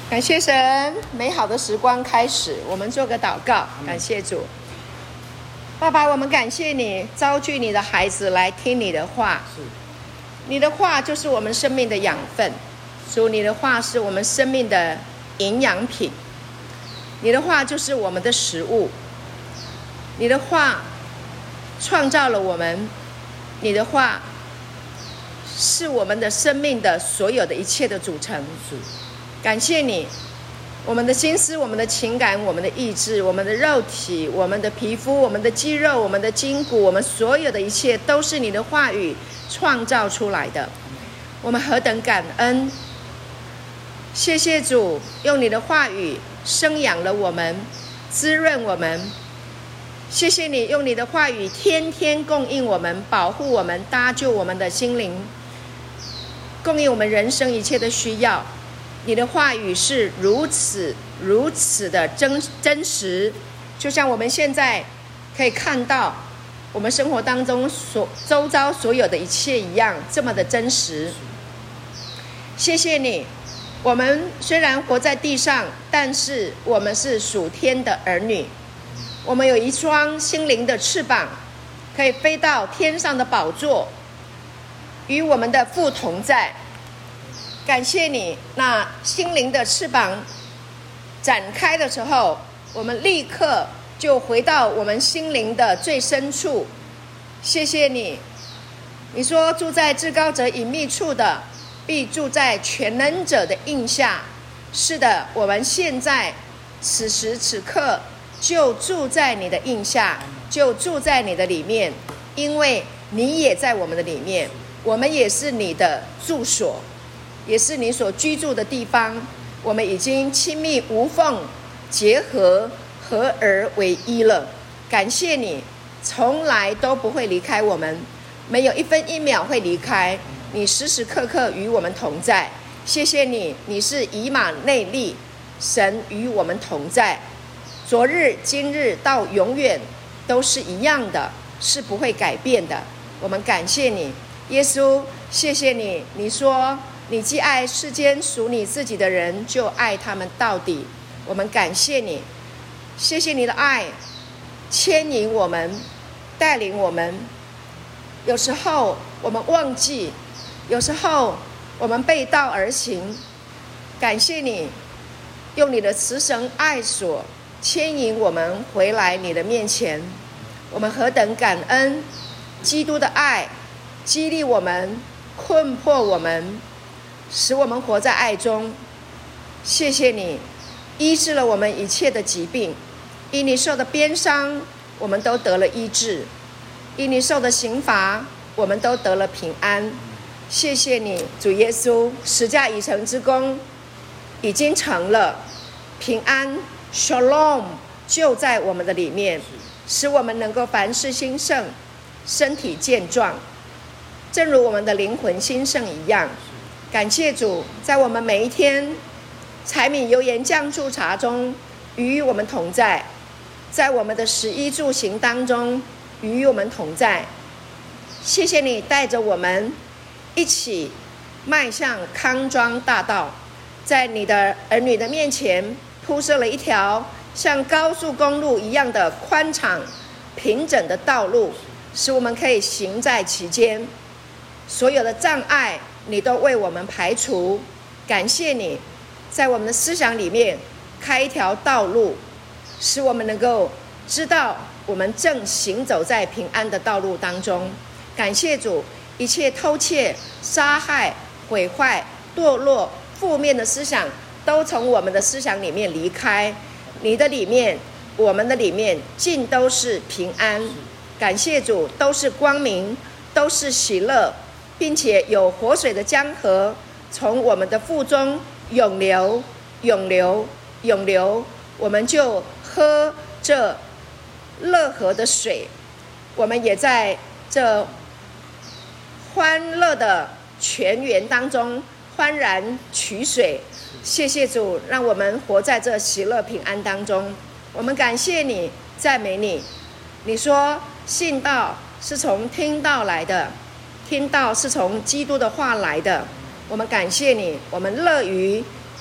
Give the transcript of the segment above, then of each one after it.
感谢神，美好的时光开始，我们做个祷告。感谢主，爸爸，我们感谢你召聚你的孩子来听你的话。你的话就是我们生命的养分，主，你的话是我们生命的营养品，你的话就是我们的食物，你的话创造了我们，你的话是我们的生命的所有的一切的组成。感谢你，我们的心思，我们的情感，我们的意志，我们的肉体，我们的皮肤，我们的肌肉，我们的筋骨，我们所有的一切都是你的话语创造出来的。我们何等感恩！谢谢主，用你的话语生养了我们，滋润我们。谢谢你用你的话语天天供应我们，保护我们，搭救我们的心灵，供应我们人生一切的需要。你的话语是如此的真实，就像我们现在可以看到我们生活当中周遭所有的一切一样，这么的真实。谢谢你，我们虽然活在地上，但是我们是属天的儿女，我们有一双心灵的翅膀，可以飞到天上的宝座，与我们的父同在。感谢你，那心灵的翅膀展开的时候，我们立刻就回到我们心灵的最深处。谢谢你，你说住在至高者隐秘处的，必住在全能者的荫下。是的，我们现在此时此刻就住在你的荫下，就住在你的里面，因为你也在我们的里面，我们也是你的住所，也是你所居住的地方。我们已经亲密无缝结合，合而为一了。感谢你从来都不会离开我们，没有一分一秒会离开，你时时刻刻与我们同在。谢谢你，你是以马内利，神与我们同在，昨日今日到永远都是一样的，是不会改变的。我们感谢你，耶稣，谢谢你，你说你既爱世间属你自己的人，就爱他们到底。我们感谢你，谢谢你的爱牵引我们，带领我们。有时候我们忘记，有时候我们背道而行。感谢你用你的慈神爱所牵引我们回来你的面前。我们何等感恩！基督的爱激励我们，困迫我们，使我们活在爱中。谢谢你医治了我们一切的疾病，因你受的鞭伤，我们都得了医治；因你受的刑罚，我们都得了平安。谢谢你，主耶稣，十架已成之功已经成了，平安 Shalom 就在我们的里面，使我们能够凡事兴盛，身体健壮，正如我们的灵魂兴盛一样。感谢主，在我们每一天柴米油盐酱醋茶中与我们同在，在我们的食衣住行当中与我们同在。谢谢你带着我们一起迈向康庄大道，在你的儿女的面前铺设了一条像高速公路一样的宽敞平整的道路，使我们可以行在其间。所有的障碍你都为我们排除。感谢你在我们的思想里面开一条道路，使我们能够知道我们正行走在平安的道路当中。感谢主，一切偷窃、杀害、毁坏、堕落、负面的思想都从我们的思想里面离开。你的里面，我们的里面尽都是平安。感谢主，都是光明，都是喜乐，并且有活水的江河从我们的腹中涌流涌流涌流，我们就喝这乐河的水。我们也在这欢乐的泉源当中欢然取水。谢谢主，让我们活在这喜乐平安当中。我们感谢你，赞美你。你说信道是从听道来的，听道是从基督的话来的。我们感谢你，我们乐于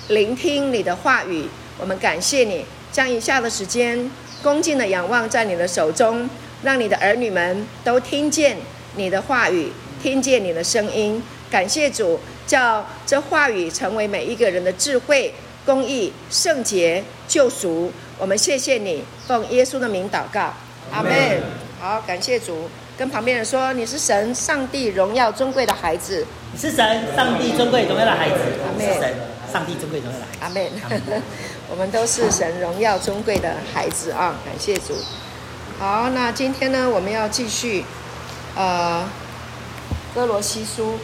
聆听你的话语。我们感谢你，将以下的时间恭敬的仰望在你的手中，让你的儿女们都听见你的话语，听见你的声音。感谢主，叫这话语成为每一个人的智慧、公义、圣洁、救赎。我们谢谢你，奉耶稣的名祷告，阿们。好，感谢主。跟旁边人说，你是神上帝荣耀尊贵的孩子。 你是神上帝尊贵荣耀的孩子。 阿们。 是神上帝尊贵荣耀的孩子。 阿们。我们都是神荣耀尊贵的孩子啊！感谢主。好，那今天呢，我们要继续歌罗西书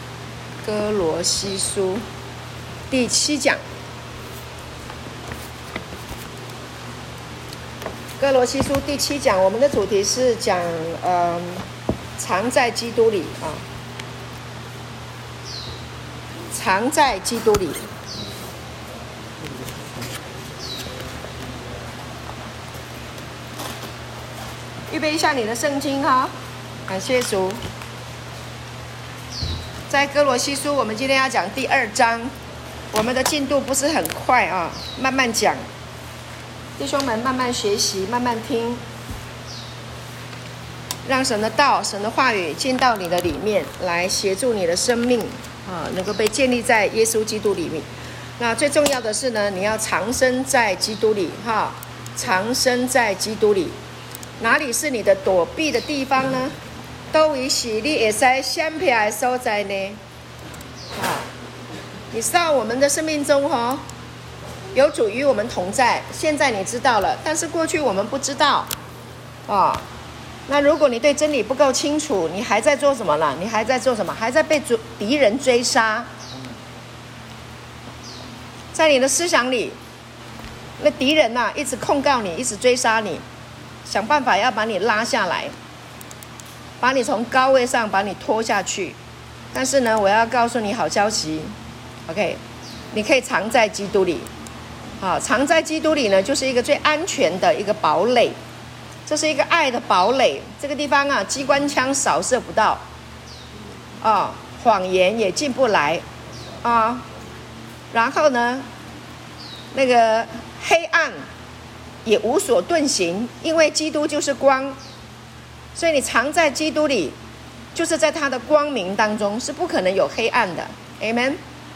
第7讲。歌罗西书第7讲，我们的主题是讲藏在基督里啊，藏在基督里。预备一下你的圣经哈，感谢主。在歌罗西书，我们今天要讲第2章，我们的进度不是很快啊，慢慢讲。弟兄们慢慢学习，慢慢听，让神的道、神的话语进到你的里面，来协助你的生命啊，能够被建立在耶稣基督里面。那最重要的是呢，你要藏身在基督里哈，藏身在基督里。哪里是你的躲避的地方呢？都以是你会使闪避的所在呢？你知道我们的生命中有主与我们同在，现在你知道了，但是过去我们不知道那如果你对真理不够清楚，你还在做什么呢？你还在做什么？还在被敌人追杀。在你的思想里，那敌人一直控告你，一直追杀你，想办法要把你拉下来，把你从高位上把你拖下去。但是呢，我要告诉你好消息 ，OK， 你可以藏在基督里。藏在基督里呢，就是一个最安全的一个堡垒，这是一个爱的堡垒。这个地方机关枪扫射不到，谎言也进不来然后呢，那个黑暗也无所遁形，因为基督就是光，所以你藏在基督里，就是在他的光明当中，是不可能有黑暗的。 Amen。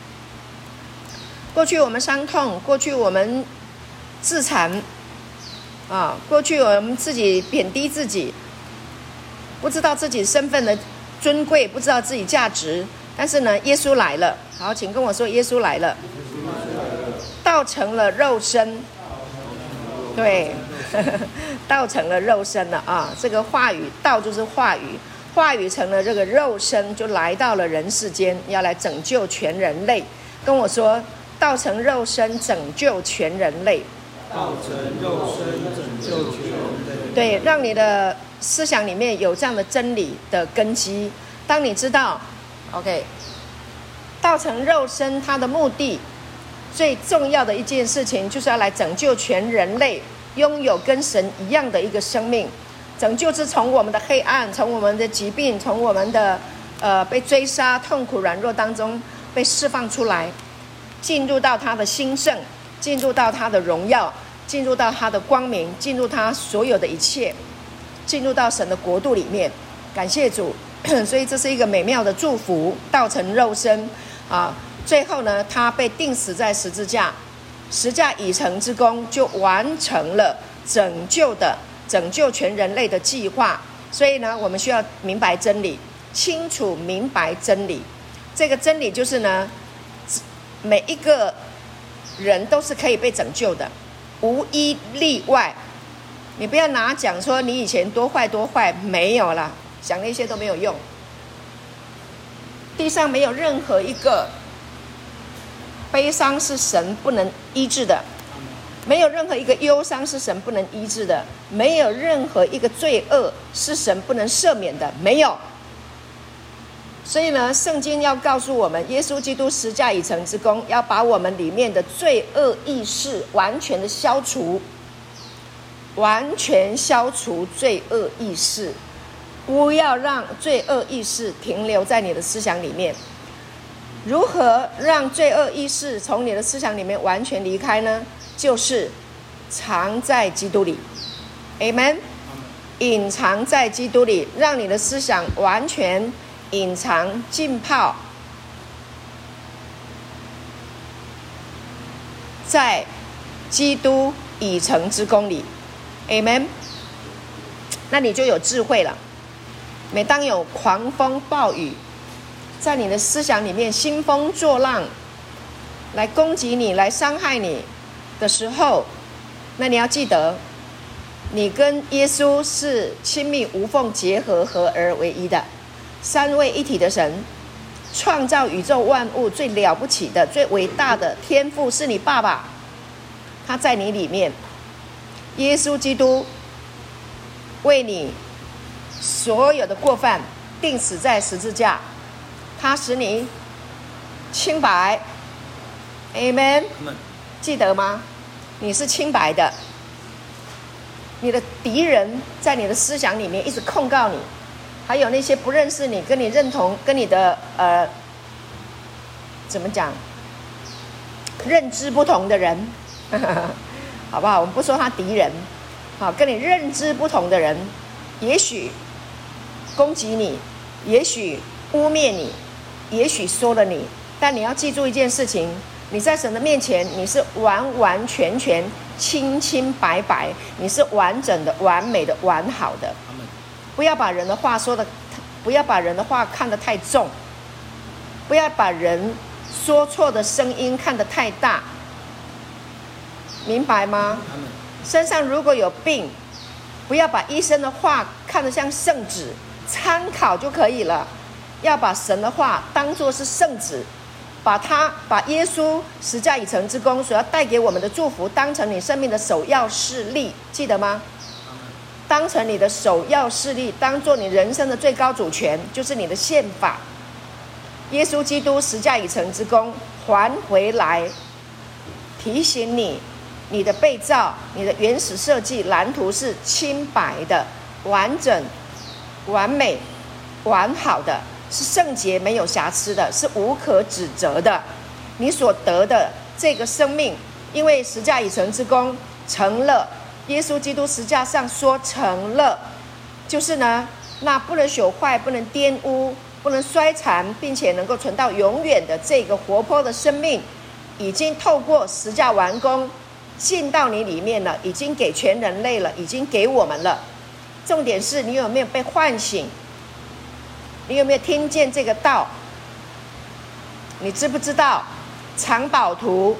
过去我们伤痛，过去我们自残过去我们自己贬低自己，不知道自己身份的尊贵，不知道自己价值。但是呢，耶稣来了。好，请跟我说，耶稣来了，道成了肉身。对，道成了肉身了这个话语，道就是话语，话语成了这个肉身，就来到了人世间，要来拯救全人类。跟我说，道成肉身，拯救全人类。 道成肉身，拯救全人类。 对，让你的思想里面有这样的真理的根基。当你知道 ，OK， 道成肉身，它的目的最重要的一件事情，就是要来拯救全人类，拥有跟神一样的一个生命。拯救是从我们的黑暗，从我们的疾病，从我们的被追杀、痛苦、软弱当中被释放出来，进入到他的兴盛，进入到他的荣耀，进入到他的光明，进入他所有的一切，进入到神的国度里面。感谢主。所以这是一个美妙的祝福，道成肉身最后呢，他被钉死在十字架，十架已成之功，就完成了拯救全人类的计划。所以呢，我们需要明白真理，清楚明白真理。这个真理就是呢，每一个人都是可以被拯救的，无一例外。你不要拿讲说你以前多坏多坏，没有啦，讲那些都没有用。地上没有任何一个悲伤是神不能医治的，没有任何一个忧伤是神不能医治的，没有任何一个罪恶是神不能赦免的，没有。所以呢，圣经要告诉我们，耶稣基督十架已成之功，要把我们里面的罪恶意识完全的消除，完全消除罪恶意识，不要让罪恶意识停留在你的思想里面。 如何让罪恶意识从你的思想里面完全离开呢？就是藏在基督里 ，Amen。隐藏在基督里，让你的思想完全隐藏浸泡在基督已成之功里 ，Amen。那你就有智慧了。每当有狂风暴雨在你的思想里面兴风作浪来攻击你、来伤害你的时候，那你要记得，你跟耶稣是亲密无缝结合、合而为一的三位一体的神，创造宇宙万物最了不起的、最伟大的天父是你爸爸，他在你里面。耶稣基督为你所有的过犯钉死在十字架，他使你清白 Amen。 记得吗？你是清白的。你的敌人在你的思想里面一直控告你，还有那些不认识你、跟你认同、跟你的怎么讲，认知不同的人好不好？我们不说他敌人，好，跟你认知不同的人，也许攻击你，也许污蔑你，也许说了你，但你要记住一件事情，你在神的面前，你是完完全全、清清白白，你是完整的、完美的、完好的。不要把人的话说的，不要把人的话看得太重，不要把人说错的声音看得太大，明白吗？身上如果有病，不要把医生的话看得像圣旨，参考就可以了。要把神的话当作是圣旨，把耶稣十架以成之功所要带给我们的祝福当成你生命的首要事例，记得吗？当成你的首要事例，当作你人生的最高主权，就是你的宪法。耶稣基督十架以成之功还回来，提醒你，你的被造、你的原始设计蓝图是清白的、完整、完美、完好的，是圣洁没有瑕疵的，是无可指责的。你所得的这个生命，因为十架以成之功成了，耶稣基督十架上说成了，就是呢，那不能朽坏、不能玷污、不能衰残，并且能够存到永远的这个活泼的生命，已经透过十架完工进到你里面了，已经给全人类了，已经给我们了。重点是你有没有被唤醒？你有没有听见这个道？你知不知道藏宝图？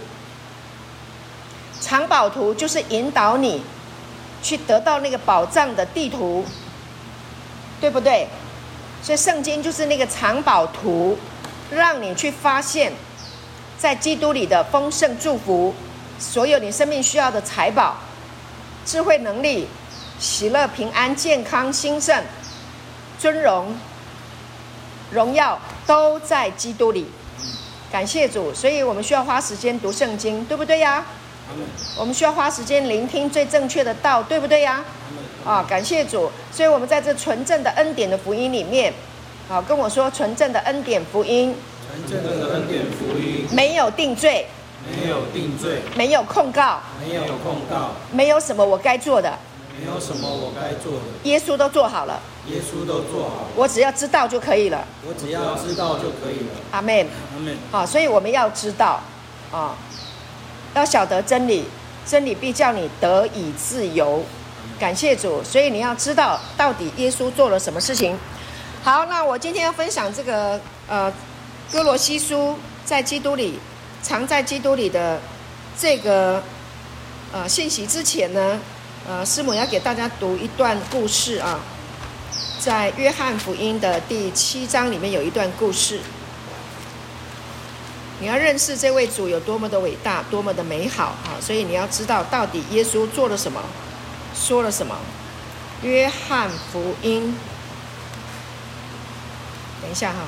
藏宝图就是引导你去得到那个宝藏的地图，对不对？所以圣经就是那个藏宝图，让你去发现在基督里的丰盛祝福，所有你生命需要的财宝、智慧、能力、喜乐、平安、健康、兴盛、尊荣、荣耀都在基督里。感谢主，所以我们需要花时间读圣经，对不对呀？我们需要花时间聆听最正确的道，对不对呀？感谢主，所以我们在这纯正的恩典的福音里面，跟我说纯正的恩典福音， 纯正的恩典福音， 没有定罪， 没有定罪， 没有控告， 没有控告， 没有什么我该做的， 没有什么我该做的， 耶稣都做好了， 耶稣都做好了， 我只要知道就可以了， 我只要知道就可以了。 阿们， 阿们。 好，所以我们要知道，要晓得真理，真理必叫你得以自由。感谢主，所以你要知道到底耶稣做了什么事情。好，那我今天要分享这个哥罗西书在基督里，藏在基督里的这个信息之前呢，师母要给大家读一段故事啊，在约翰福音的第7章里面有一段故事。你要认识这位主有多么的伟大，多么的美好啊！所以你要知道到底耶稣做了什么，说了什么。约翰福音，等一下哈。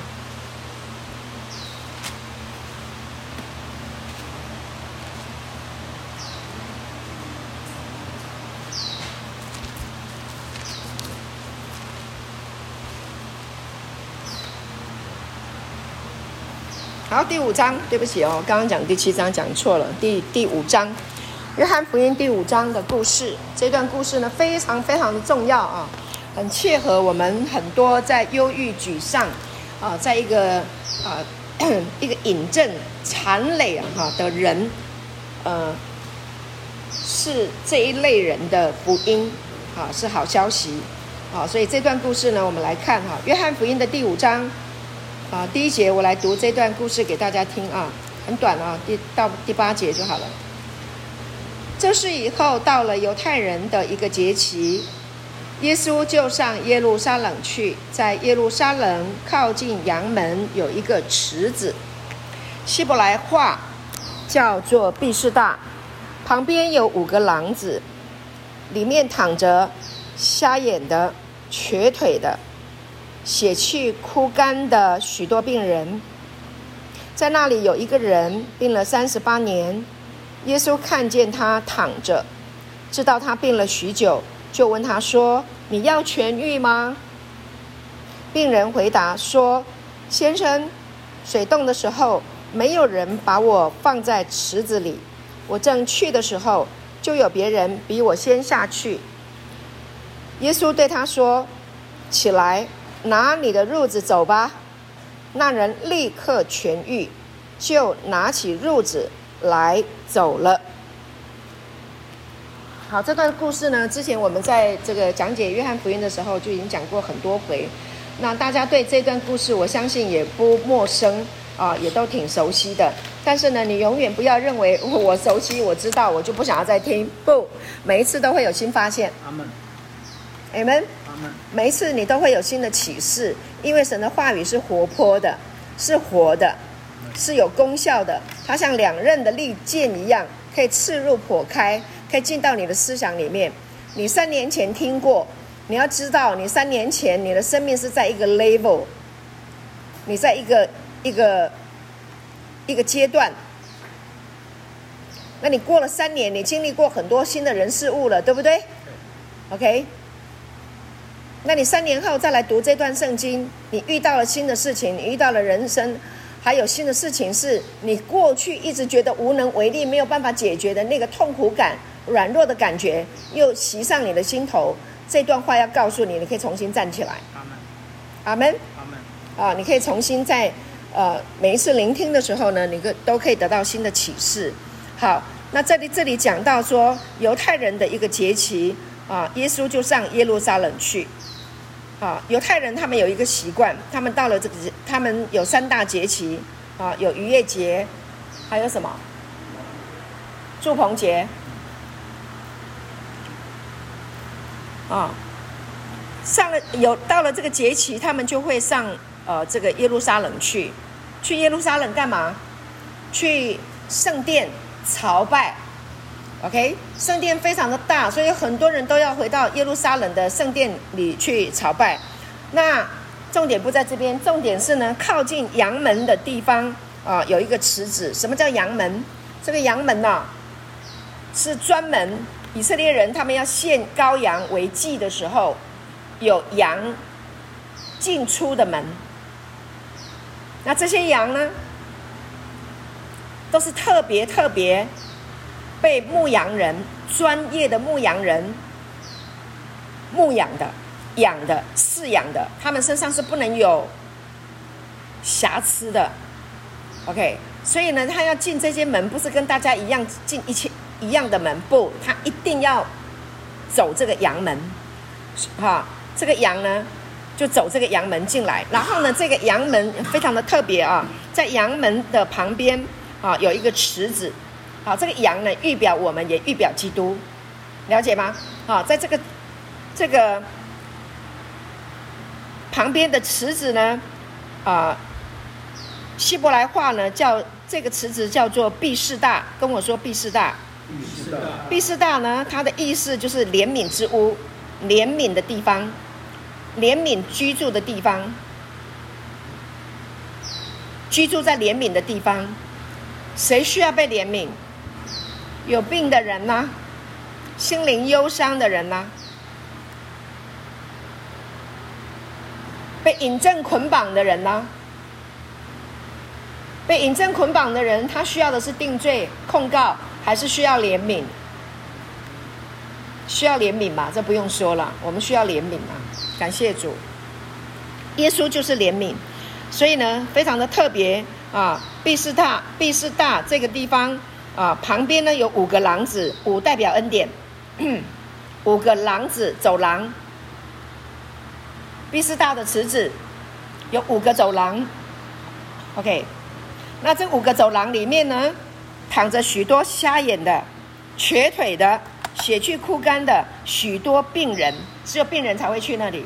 好，第5章，对不起哦，刚刚讲第7章讲错了，第5章，约翰福音第5章的故事。这段故事呢，非常非常的重要啊，很切合我们很多在忧郁、沮丧啊，在一个一个饮鸩残累的人，是这一类人的福音啊，是好消息啊。所以这段故事呢，我们来看哈，约翰福音的第5章。第1节我来读这段故事给大家听啊，很短啊，到第8节就好了。这事以后到了犹太人的一个节期，耶稣就上耶路撒冷去，在耶路撒冷靠近羊门有一个池子，希伯来话叫做毕士大，旁边有5个廊子，里面躺着瞎眼的、瘸腿的、血气枯干的许多病人。在那里有一个人病了38年，耶稣看见他躺着，知道他病了许久，就问他说：你要痊愈吗？病人回答说：先生，水动的时候没有人把我放在池子里，我正去的时候，就有别人比我先下去。耶稣对他说：起来，拿你的褥子走吧。那人立刻痊愈，就拿起褥子来走了。好，这段故事呢，之前我们在这个讲解约翰福音的时候就已经讲过很多回，那大家对这段故事我相信也不陌生啊，也都挺熟悉的。但是呢，你永远不要认为我熟悉我知道我就不想要再听，不，每一次都会有新发现。 阿们。 Amen。每一次你都会有新的启示，因为神的话语是活泼的，是活的，是有功效的，它像2刃的利剑一样，可以刺入剖开，可以进到你的思想里面。你3年前听过，你要知道你3年前你的生命是在一个 level， 你在一个阶段，那你过了3年，你经历过很多新的人事物了，对不对？ OK，那你3年后再来读这段圣经，你遇到了新的事情，你遇到了人生，还有新的事情是你过去一直觉得无能为力，没有办法解决的那个痛苦感、软弱的感觉，又袭上你的心头。这段话要告诉你，你可以重新站起来。阿们，阿们。你可以重新在每一次聆听的时候呢，你都可以得到新的启示。好，那这里讲到说犹太人的一个节期耶稣就上耶路撒冷去。犹太人他们有一个习惯，他们到了他们有3大节期有逾越节，还有什么住棚节到了这个节期，他们就会上这个耶路撒冷去耶路撒冷干嘛？去圣殿朝拜。OK， 圣殿非常的大，所以很多人都要回到耶路撒冷的圣殿里去朝拜。那重点不在这边，重点是呢，靠近羊门的地方有一个池子。什么叫羊门？这个羊门是专门以色列人他们要献羔羊为祭的时候，有羊进出的门。那这些羊呢，都是特别被牧羊人，专业的牧羊人牧养的、养的、饲养的，他们身上是不能有瑕疵的。OK， 所以呢，他要进这些门，不是跟大家一样进一样的门，不，他一定要走这个羊门。这个羊呢，就走这个羊门进来。然后呢，这个羊门非常的特别在羊门的旁边有一个池子。这个羊呢，预表我们，也预表基督，了解吗？在这个旁边的池子呢，希伯来话呢叫这个池子叫做毕士大，跟我说毕士大。毕士大呢，它的意思就是怜悯之屋，怜悯的地方，怜悯居住的地方，居住在怜悯的地方。谁需要被怜悯？有病的人呢，心灵忧伤的人呢，被瘾症捆绑的人呢， 被引证捆绑的人，他需要的是定罪控告，还是需要怜悯？需要怜悯嘛？这不用说了，我们需要怜悯嘛。感谢主，耶稣就是怜悯，所以呢，非常的特别啊。毕士大这个地方啊，旁边呢有5个廊子，5代表恩典，5个廊子走廊。毕士大的池子有5个走廊 ，OK。那这5个走廊里面呢，躺着许多瞎眼的、瘸腿的、血气枯干的许多病人，只有病人才会去那里。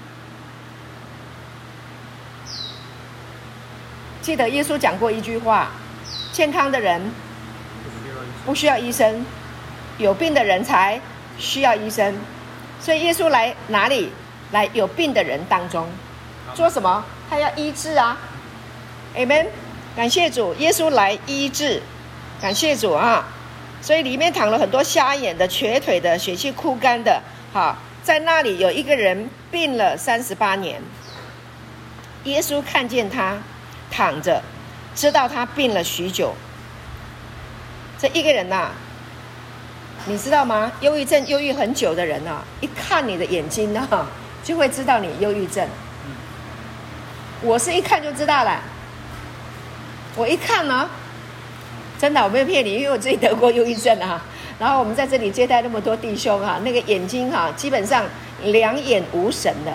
记得耶稣讲过一句话：健康的人不需要医生，有病的人才需要医生。所以耶稣来哪里？来有病的人当中，做什么？他要医治啊 ，Amen。感谢主，耶稣来医治，感谢主啊！所以里面躺了很多瞎眼的、瘸腿的、血气枯干的。好，在那里有一个人病了38年，耶稣看见他躺着，知道他病了许久。这一个人呐，你知道吗？忧郁症忧郁很久的人啊，一看你的眼睛啊，就会知道你忧郁症。我是一看就知道了。我一看呢，真的我没有骗你，因为我自己得过忧郁症啊。然后我们在这里接待那么多弟兄啊，那个眼睛啊，基本上两眼无神的，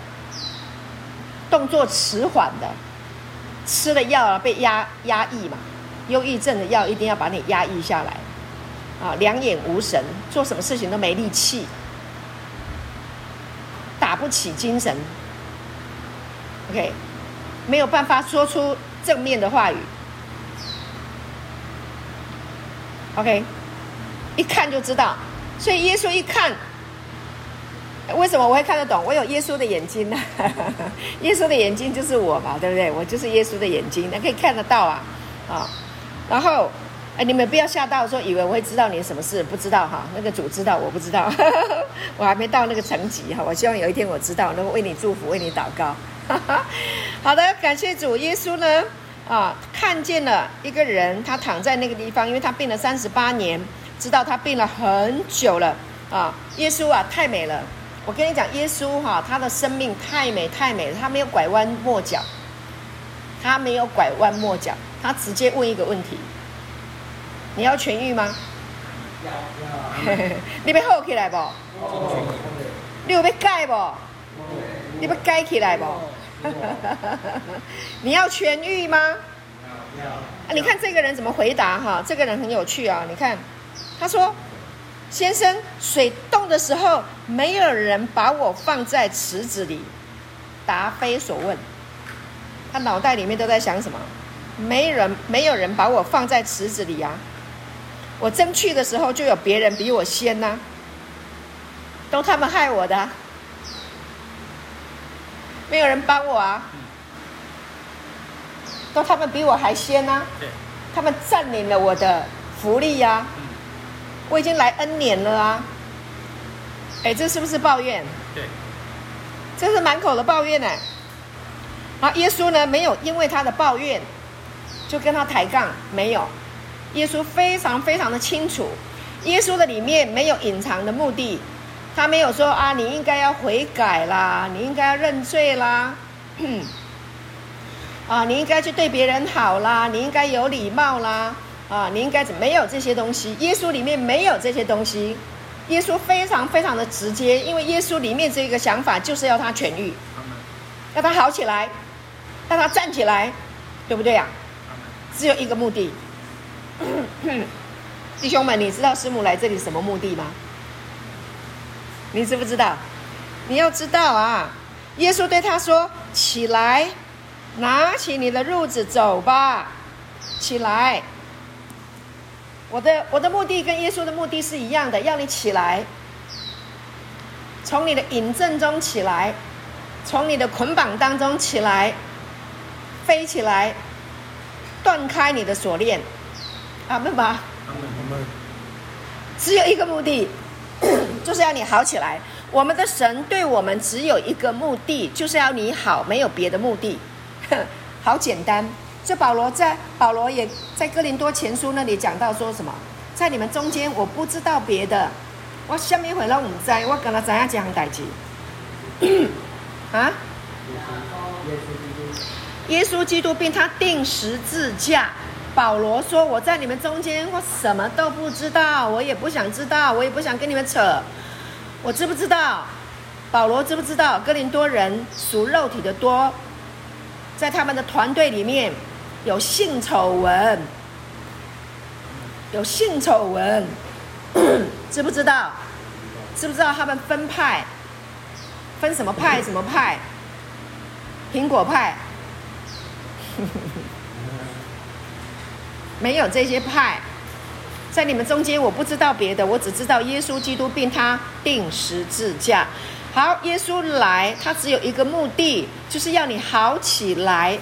动作迟缓的，吃了药被压抑嘛，忧郁症的药一定要把你压抑下来啊，两眼无神，做什么事情都没力气，打不起精神 ，OK， 没有办法说出正面的话语 ，OK， 一看就知道。所以耶稣一看，为什么我会看得懂？我有耶稣的眼睛呢、耶稣的眼睛就是我嘛，对不对？我就是耶稣的眼睛，那可以看得到啊，然后，你们不要吓到说以为我会知道你什么事，不知道哈。那个主知道，我不知道，我还没到那个层级哈。我希望有一天我知道，能够为你祝福，为你祷告。好的，感谢主。耶稣呢看见了一个人，他躺在那个地方，因为他病了38年，知道他病了很久了啊。耶稣啊，太美了！我跟你讲，耶稣他的生命太美太美了，他没有拐弯抹角，他没有拐弯抹角，他直接问一个问题：你要痊愈吗？要。你要好起来不？你有要改不？你要改起来不？你要痊愈吗？要。你看这个人怎么回答哈？这个人很有趣啊！你看，他说：“先生，水动的时候，没有人把我放在池子里。”答非所问。他脑袋里面都在想什么？没有人把我放在池子里啊！我真去的时候，就有别人比我先啊，都他们害我的啊。没有人帮我啊，都他们比我还先啊，他们占领了我的福利啊，我已经来 N 年了啊，这是不是抱怨？对，这是满口的抱怨哎。啊，耶稣呢没有因为他的抱怨就跟他抬杠，没有，耶稣非常非常的清楚，耶稣的里面没有隐藏的目的。他没有说啊，你应该要悔改啦，你应该要认罪啦，你应该去对别人好啦，你应该有礼貌啦，你应该没有这些东西。耶稣里面没有这些东西，耶稣非常非常的直接，因为耶稣里面这个想法就是要他痊愈，要他好起来，让他站起来，对不对呀？只有一个目的。弟兄们，你知道师母来这里什么目的吗？你知不知道？你要知道啊！耶稣对他说：“起来，拿起你的褥子走吧，起来。”我的目的跟耶稣的目的是一样的，要你起来，从你的引证中起来，从你的捆绑当中起来，飞起来，断开你的锁链。阿们吧。只有一个目的。就是要你好起来。我们的神对我们只有一个目的，就是要你好，没有别的目的。好简单， 这保罗也在哥林多前书那里讲到说什么？在你们中间，我不知道别的，我什么会拢唔知，我跟他知影这项代志。啊？耶稣基督并他钉十字架。保罗说：“我在你们中间，我什么都不知道，我也不想知道，我也不想跟你们扯。我知不知道？保罗知不知道？哥林多人属肉体的多，在他们的团队里面有性丑闻，知不知道？知不知道他们分派？分什么派？什么派？苹果派。”没有这些派，在你们中间，我不知道别的，我只知道耶稣基督并他钉十字架。好，耶稣来，他只有一个目的，就是要你好起来。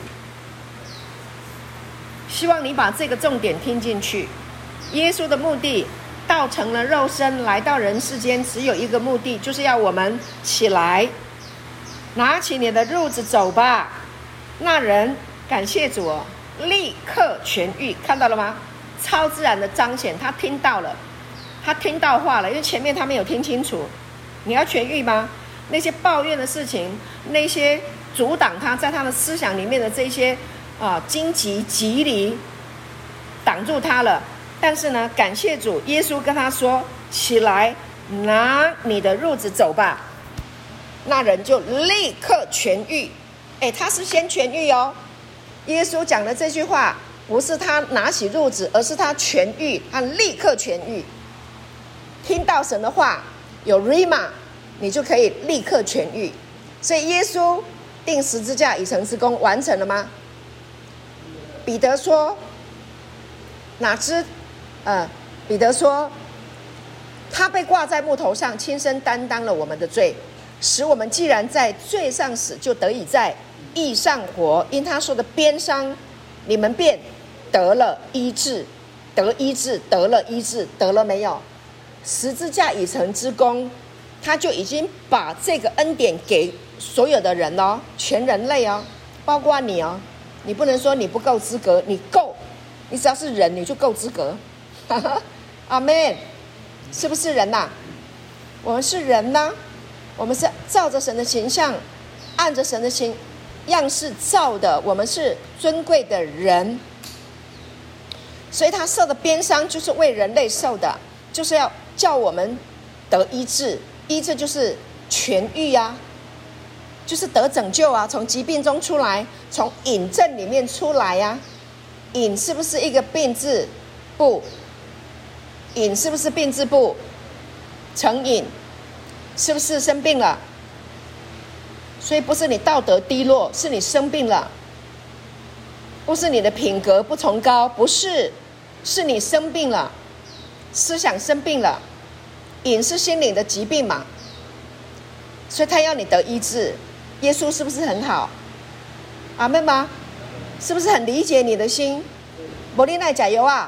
希望你把这个重点听进去。耶稣的目的，道成了肉身来到人世间，只有一个目的，就是要我们起来，拿起你的褥子走吧。那人感谢主哦，立刻痊愈，看到了吗？超自然的彰显，他听到了，他听到话了，因为前面他没有听清楚。你要痊愈吗？那些抱怨的事情，那些阻挡他在他的思想里面的这些荆棘棘藜，挡住他了。但是呢，感谢主，耶稣跟他说：“起来，拿你的褥子走吧。”那人就立刻痊愈。他是先痊愈哦。耶稣讲的这句话不是他拿起褥子，而是他痊愈，他立刻痊愈。听到神的话，有 Rhema， 你就可以立刻痊愈。所以耶稣钉十字架已成之功完成了吗？彼得说：“哪知？”彼得说：“他被挂在木头上，亲身担当了我们的罪，使我们既然在罪上死，就得以在义上活。因他受的鞭伤，你们便得了医治。得医治，得了医治，得了没有？十字架已成之功，他就已经把这个恩典给所有的人哦，全人类哦，包括你哦。你不能说你不够资格，你够，你只要是人，你就够资格。阿们，是不是人呐？我们是人呐，我们是照着神的形象，按着神的样式造的，我们是尊贵的人。所以他受的鞭伤就是为人类受的，就是要叫我们得医治。医治就是痊愈啊，就是得拯救啊，从疾病中出来，从瘾症里面出来啊。瘾是不是一个病字？不。瘾是不是病字不？成瘾是不是生病了？所以不是你道德低落，是你生病了。不是你的品格不崇高，不是，是你生病了，思想生病了。瘾是心灵的疾病嘛，所以他要你得医治。耶稣是不是很好？阿们吗？是不是很理解你的心？没你那加油啊！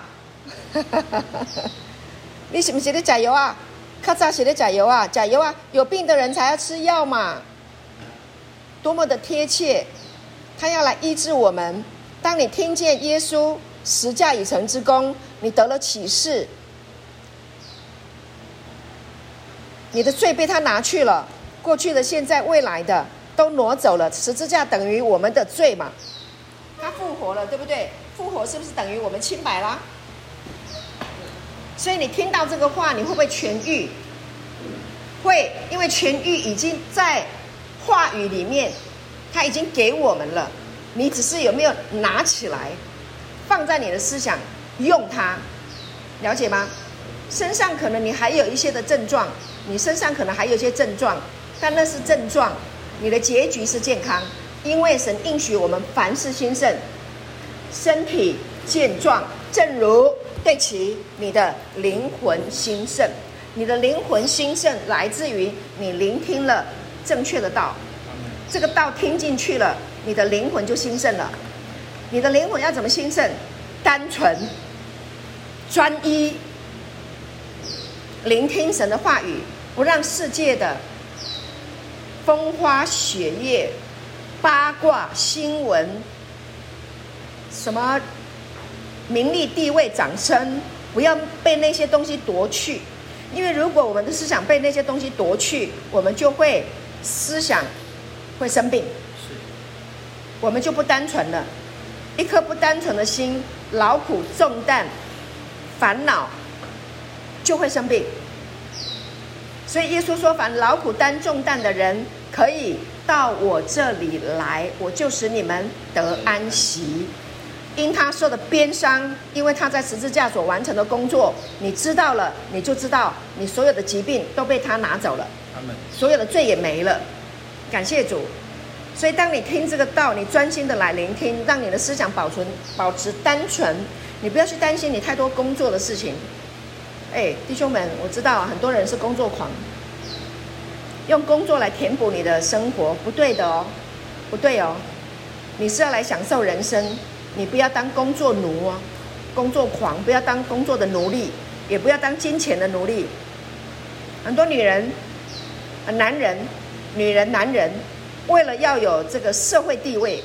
你是不是在加油啊？较早是在加油啊，加油啊！有病的人才要吃药嘛，多么的贴切！他要来医治我们。当你听见耶稣十架已成之功，你得了启示，你的罪被他拿去了，过去的、现在、未来的都挪走了。十字架等于我们的罪嘛，他复活了，对不对？复活是不是等于我们清白啦？所以你听到这个话，你会不会痊愈？会，因为痊愈已经在话语里面，他已经给我们了。你只是有没有拿起来，放在你的思想，用它，了解吗？身上可能你还有一些的症状，你身上可能还有一些症状，但那是症状，你的结局是健康，因为神应许我们凡事兴盛，身体健壮，正如对齐你的灵魂兴盛。你的灵魂兴盛来自于你聆听了正确的道，这个道听进去了，你的灵魂就兴盛了。你的灵魂要怎么兴盛？单纯、专一，聆听神的话语，不让世界的风花雪月、八卦新闻什么名利、地位、掌声，不要被那些东西夺去。因为如果我们的思想被那些东西夺去，我们就会思想会生病，我们就不单纯了。一颗不单纯的心，劳苦重担、烦恼就会生病。所以耶稣说，凡劳苦担重担的人，可以到我这里来，我就使你们得安息。因他受的鞭伤，因为他在十字架所完成的工作，你知道了，你就知道你所有的疾病都被他拿走了，所有的罪也没了。感谢主。所以当你听这个道，你专心的来聆听，让你的思想保持单纯，你不要去担心你太多工作的事情。弟兄们，我知道很多人是工作狂，用工作来填补你的生活，不对的哦，不对哦。你是要来享受人生，你不要当工作奴哦，工作狂，不要当工作的奴隶，也不要当金钱的奴隶。很多女人、男人、女人、男人，为了要有这个社会地位，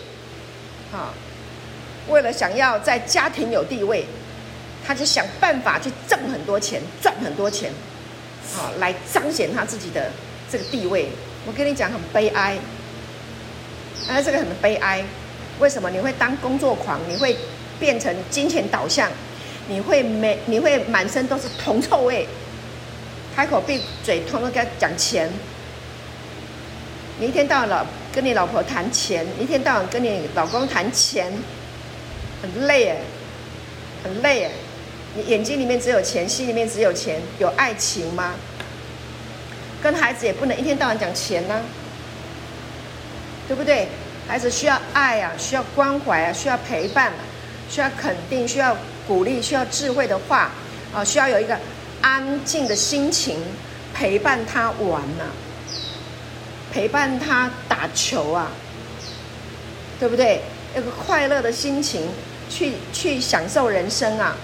为了想要在家庭有地位，他就想办法去挣很多钱，赚很多钱，来彰显他自己的这个地位。我跟你讲，很悲哀，这个很悲哀。为什么你会当工作狂？你会变成金钱导向，你会满身都是铜臭味，开口闭嘴通通跟他讲钱。你一天到晚跟你老婆谈钱，一天到晚跟你老公谈钱，很累耶，很累耶。你眼睛里面只有钱，心里面只有钱，有爱情吗？跟孩子也不能一天到晚讲钱啊，对不对？孩子需要爱啊，需要关怀啊，需要陪伴啊，需要肯定，需要鼓励，需要智慧的话啊，需要有一个安静的心情陪伴他玩啊，陪伴他打球啊，对不对？有个快乐的心情去享受人生啊。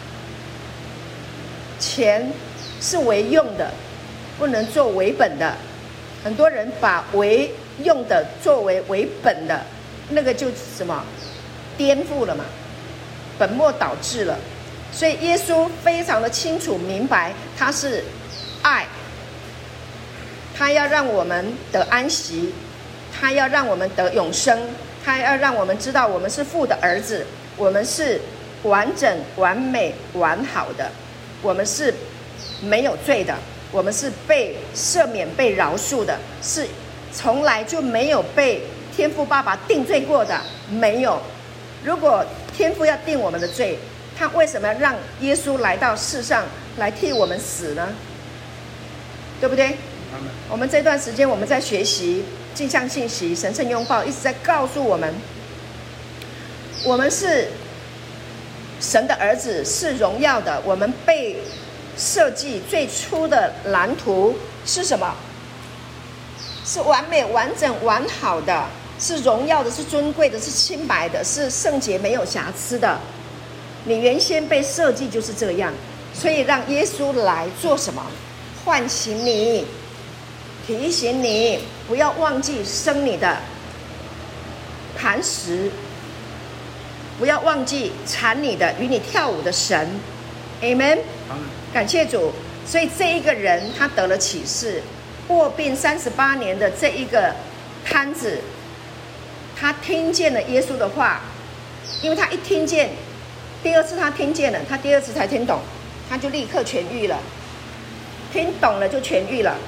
钱是为用的，不能做为本的。很多人把为用的作为为本的，那个就什么颠覆了嘛，本末倒置了。所以耶稣非常的清楚明白，他是爱，他要让我们得安息，他要让我们得永生，他要让我们知道我们是父的儿子，我们是完整、完美、完好的，我们是没有罪的，我们是被赦免、被饶恕的，是从来就没有被天父爸爸定罪过的，没有。如果天父要定我们的罪，他为什么要让耶稣来到世上来替我们死呢？对不对？我们这段时间我们在学习镜像信息、神圣拥抱，一直在告诉我们，我们是神的儿子，是荣耀的。我们被设计最初的蓝图是什么？是完美、完整、完好的，是荣耀的，是尊贵的，是清白的，是圣洁没有瑕疵的。你原先被设计就是这样，所以让耶稣来做什么？唤醒你，提醒你不要忘记生你的磐石，不要忘记缠你的与你跳舞的神。 Amen， 感谢主。所以这一个人他得了启示，卧病38年的这一个瘫子，他听见了耶稣的话，因为他一听见，第二次他听见了，他第二次才听懂，他就立刻痊愈了，听懂了就痊愈了。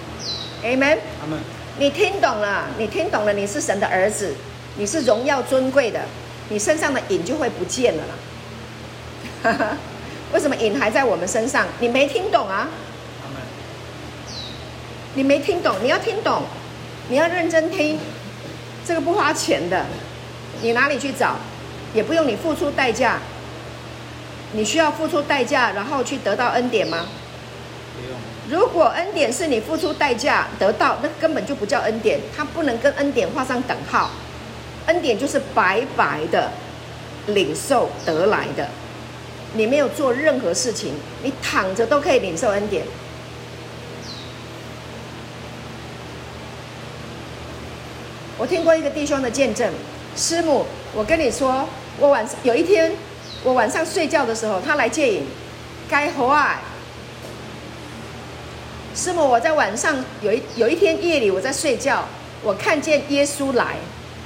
Amen， 你听懂了，你听懂了，你是神的儿子，你是荣耀尊贵的，你身上的瘾就会不见了啦。为什么瘾还在我们身上？你没听懂啊，你没听懂，你要听懂，你要认真听，这个不花钱的，你哪里去找？也不用你付出代价。你需要付出代价然后去得到恩典吗？ 不用。 如果恩典是你付出代价得到，那根本就不叫恩典，它不能跟恩典画上等号。恩典就是白白的领受得来的，你没有做任何事情，你躺着都可以领受恩典。我听过一个弟兄的见证，师母，我跟你说， 有一天，我晚上睡觉的时候，他来接引，该坏。师母，我在晚上有一天夜里我在睡觉，我看见耶稣来，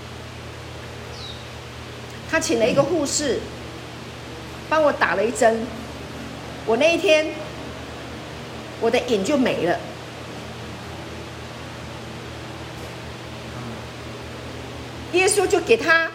他请了一个护士帮我打了一针，我那一天我的瘾就没了。耶稣就给他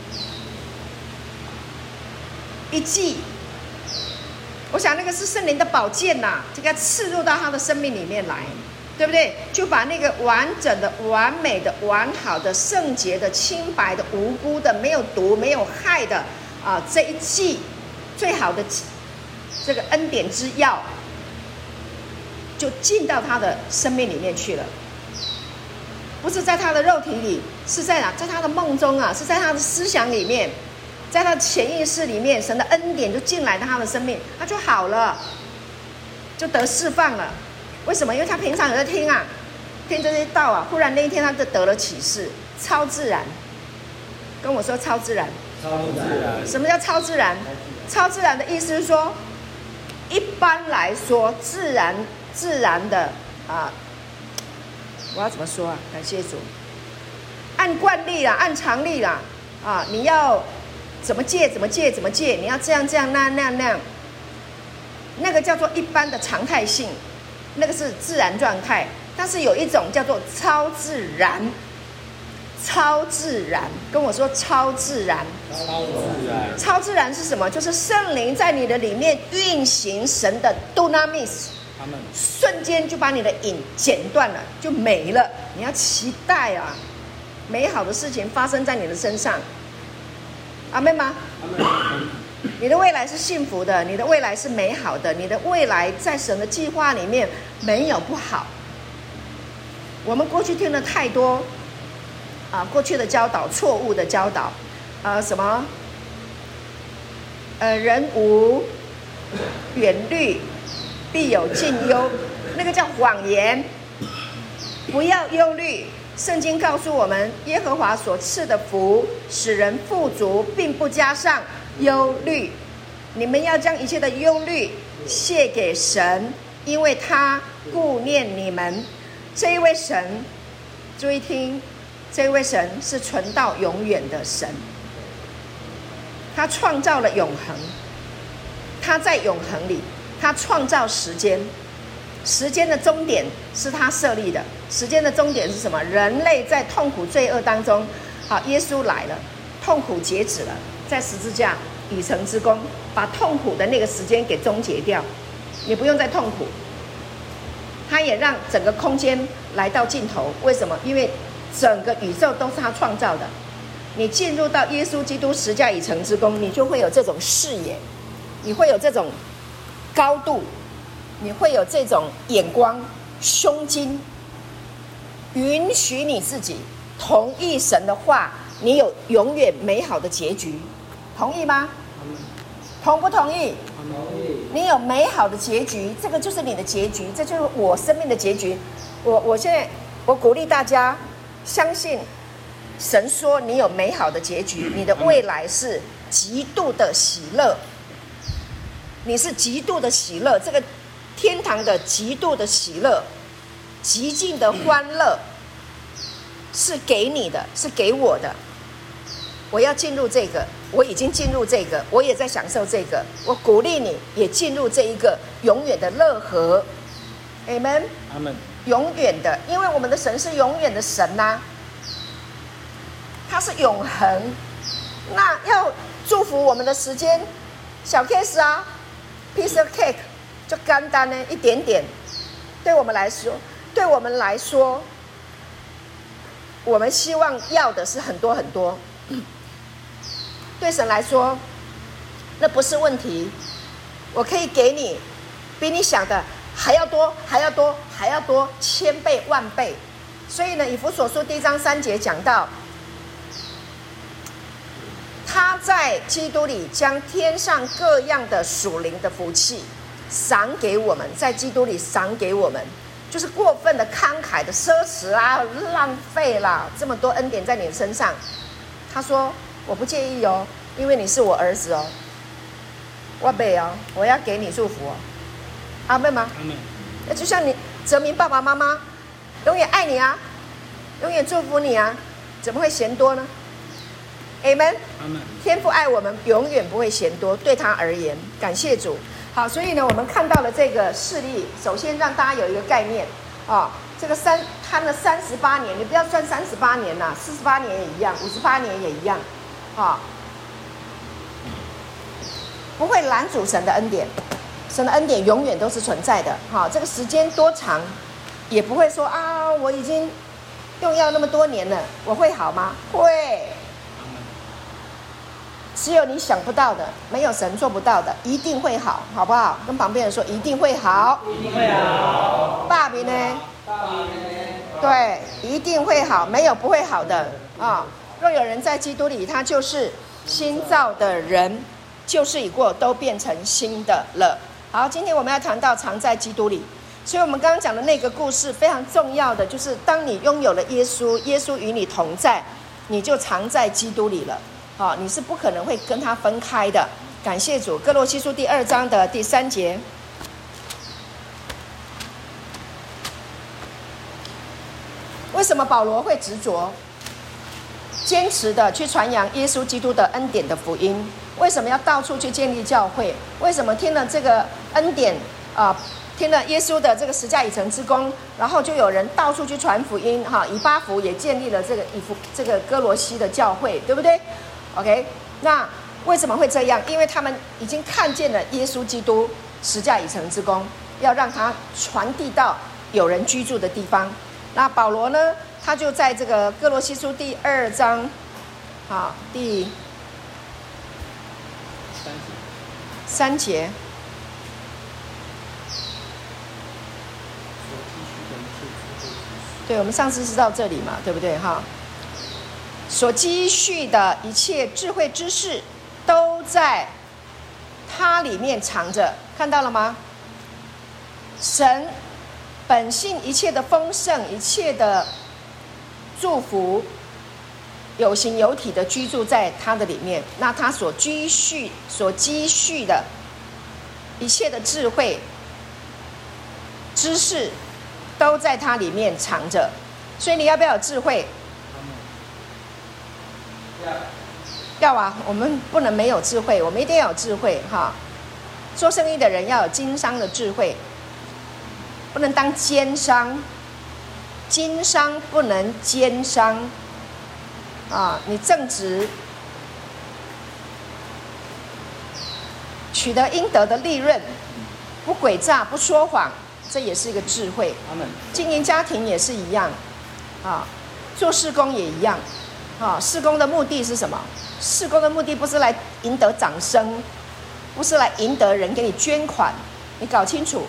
一剂，我想那个是圣灵的宝剑呐，就给他刺入到他的生命里面来，对不对？就把那个完整的、完美的、完好的、圣洁的、清白的、无辜的、没有毒、没有害的这一剂最好的这个恩典之药，就进到他的生命里面去了。不是在他的肉体里，是在哪？在他的梦中啊，是在他的思想里面，在他的潜意识里面，神的恩典就进来到他的生命，他就好了，就得释放了。为什么？因为他平常有在听这些道啊，忽然那一天他就得了启示，超自然。跟我说超自然。 超自然。 什么叫超自然？超自然的意思是说，一般来说，自然的我要怎么说啊？感谢主。按惯例啦，按常理啦，你要怎么戒，你要这样那样，那个叫做一般的常态性，那个是自然状态。但是有一种叫做超自然，跟我说超自然。超自然是什么？就是圣灵在你的里面运行神的 dunamis。瞬间就把你的瘾剪断了，就没了。你要期待美好的事情发生在你的身上。阿们吗？你的未来是幸福的，你的未来是美好的，你的未来在神的计划里面没有不好。我们过去听了太多过去的教导，错误的教导，什么人无远虑必有近忧，那个叫谎言。不要忧虑，圣经告诉我们，耶和华所赐的福使人富足，并不加上忧虑。你们要将一切的忧虑卸给神，因为他顾念你们。这一位神，注意听，这一位神是存到永远的神，他创造了永恒，他在永恒里，他创造时间，时间的终点是他设立的。时间的终点是什么？人类在痛苦罪恶当中，耶稣来了，痛苦截止了，在十字架已成之功，把痛苦的那个时间给终结掉，你不用再痛苦。他也让整个空间来到尽头。为什么？因为整个宇宙都是他创造的。你进入到耶稣基督十架已成之功，你就会有这种视野，你会有这种高度，你会有这种眼光、胸襟，允许你自己同意神的话，你有永远美好的结局。同意吗？同不同意？你有美好的结局，这个就是你的结局，这就是我生命的结局。我现在鼓励大家相信神说你有美好的结局，你的未来是极度的喜乐，你是极度的喜乐，这个天堂的极度的喜乐，极尽的欢乐是给你的，是给我的。我要进入这个，我已经进入这个，我也在享受这个。我鼓励你也进入这一个永远的乐河。Amen。永远的，因为我们的神是永远的神呐，他是永恒。那要祝福我们的时间，小 case piece of cake 就简单呢一点点。对我们来说，我们希望要的是很多很多。对神来说，那不是问题。我可以给你比你想的还要多，千倍万倍。所以呢，以弗所书第1章3节讲到，他在基督里将天上各样的属灵的福气赏给我们，在基督里赏给我们，就是过分的慷慨的奢侈浪费啦，这么多恩典在你身上。他说我不介意哦， 因为你是我儿子哦。我背哦，我要给你祝福哦。阿妹吗？ 阿门。 那就像你哲明爸爸妈妈永远爱你啊，永远祝福你啊，怎么会嫌多呢？Amen。 阿门。 天父爱我们，永远不会嫌多，对他而言，感谢主。好，所以呢，我们看到了这个事例，首先让大家有一个概念啊，这个贪了38年，你不要算38年呐，48年也一样，58年也一样，啊，不会拦阻神的恩典，神的恩典永远都是存在的。哈，这个时间多长，也不会说啊，我已经用药那么多年了，我会好吗？会。只有你想不到的，没有神做不到的，一定会好，好不好？跟旁边人说，一定会好， 一定会好。 爸比呢？对，一定会好，没有不会好的啊！若有人在基督里，他就是新造的人，旧事已过，都变成新的了。好，今天我们要谈到常在基督里，所以我们刚刚讲的那个故事非常重要的，就是当你拥有了耶稣，耶稣与你同在，你就常在基督里了。好，你是不可能会跟他分开的。感谢主，哥罗西书第2章的第3节。为什么保罗会执着、坚持的去传扬耶稣基督的恩典的福音？为什么要到处去建立教会？为什么听了这个恩典听了耶稣的这个十架以成之功，然后就有人到处去传福音？哈，以巴弗也建立了这个哥罗西的教会，对不对？OK， 那为什么会这样？因为他们已经看见了耶稣基督十架以成之功，要让他传递到有人居住的地方。那保罗呢，他就在这个哥罗西书第2章，好，第3节，对，我们上次是到这里嘛，对不对？哈。所积蓄的一切智慧知识，都在它里面藏着，看到了吗？神本性一切的丰盛，一切的祝福，有形有体的居住在它的里面。那他所积蓄的一切的智慧、知识，都在它里面藏着。所以你要不要有智慧？要啊，我们不能没有智慧，我们一定要有智慧哈。做生意的人要有经商的智慧，不能当奸商，经商不能奸商啊！你正直，取得应得的利润，不诡诈，不说谎，这也是一个智慧。经营家庭也是一样啊，做事工也一样。事工的目的是什么？事工的目的不是来赢得掌声，不是来赢得人给你捐款，你搞清楚。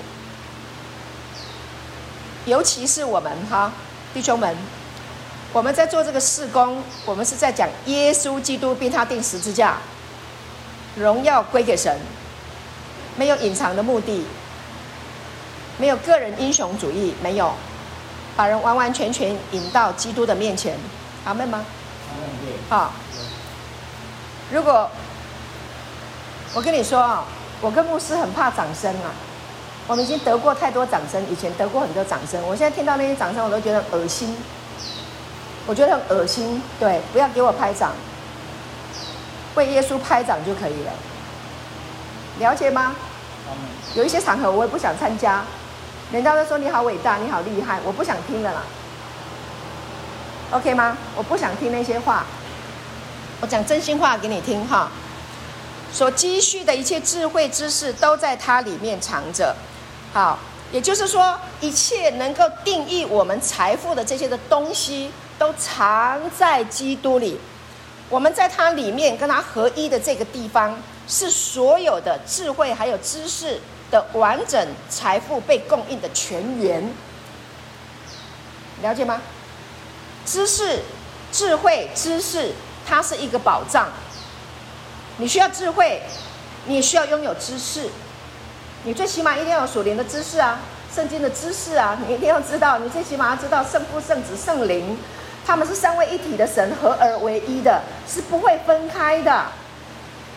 尤其是我们弟兄们，我们在做这个事工，我们是在讲耶稣基督并他钉十字架，荣耀归给神，没有隐藏的目的，没有个人英雄主义，没有，把人完完全全引到基督的面前。阿们吗？好，如果我跟你说我跟牧师很怕掌声啊，我们已经得过太多掌声，以前得过很多掌声，我现在听到那些掌声我都觉得恶心，我觉得很恶心。对，不要给我拍掌，为耶稣拍掌就可以了，了解吗？有一些场合我也不想参加，人家都说你好伟大，你好厉害，我不想听了啦。OK 吗？我不想听那些话，我讲真心话给你听哈。所积蓄的一切智慧知识都在它里面藏着。好，也就是说，一切能够定义我们财富的这些的东西，都藏在基督里。我们在它里面跟它合一的这个地方，是所有的智慧还有知识的完整财富被供应的泉源。了解吗？知识、智慧、知识，它是一个宝藏。你需要智慧，你也需要拥有知识。你最起码一定要有属灵的知识啊，圣经的知识啊，你一定要知道。你最起码要知道圣父、圣子、圣灵，他们是三位一体的神，合而为一的，是不会分开的。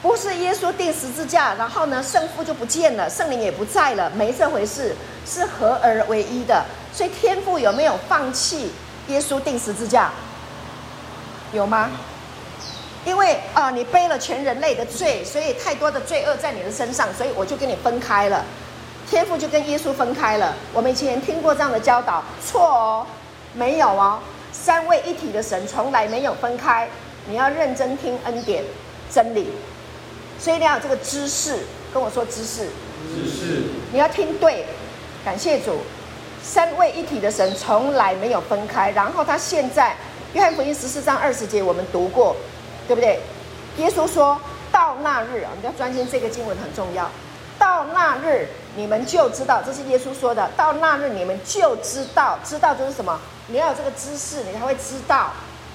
不是耶稣钉十字架，然后呢，圣父就不见了，圣灵也不在了，没这回事，是合而为一的。所以天父有没有放弃耶稣钉十字架？有吗？因为你背了全人类的罪，所以太多的罪恶在你的身上，所以我就跟你分开了。天父就跟耶稣分开了。我们以前听过这样的教导，错哦，没有哦，三位一体的神从来没有分开。你要认真听恩典真理。所以你要有这个知识，跟我说知识。 知识。 你要听对，感谢主，三位一体的神从来没有分开。然后他现在，约翰福音14章20节我们读过，对不对？耶稣说到那日，我们要专心，这个经文很重要。到那日你们就知道，这是耶稣说的。到那日你们就知道，知道就是什么？你要有这个知识，你才会知道。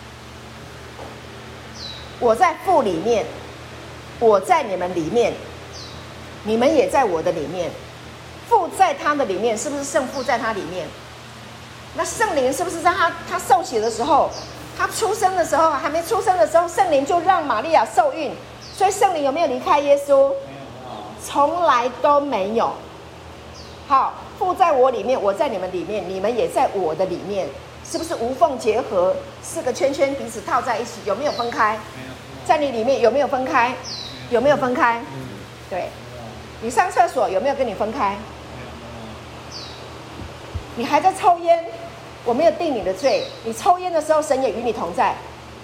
我在父里面。我在你们里面，你们也在我的里面。父在他的里面，是不是圣父在他里面？那圣灵是不是在他受洗的时候，他出生的时候，还没出生的时候，圣灵就让玛利亚受孕？所以圣灵有没有离开耶稣？从来都没有。好，父在我里面，我在你们里面，你们也在我的里面，是不是无缝结合？四个圈圈彼此套在一起，有没有分开？在你里面有没有分开？有没有分开？对，你上厕所有没有跟你分开？你还在抽烟，我没有定你的罪。你抽烟的时候，神也与你同在。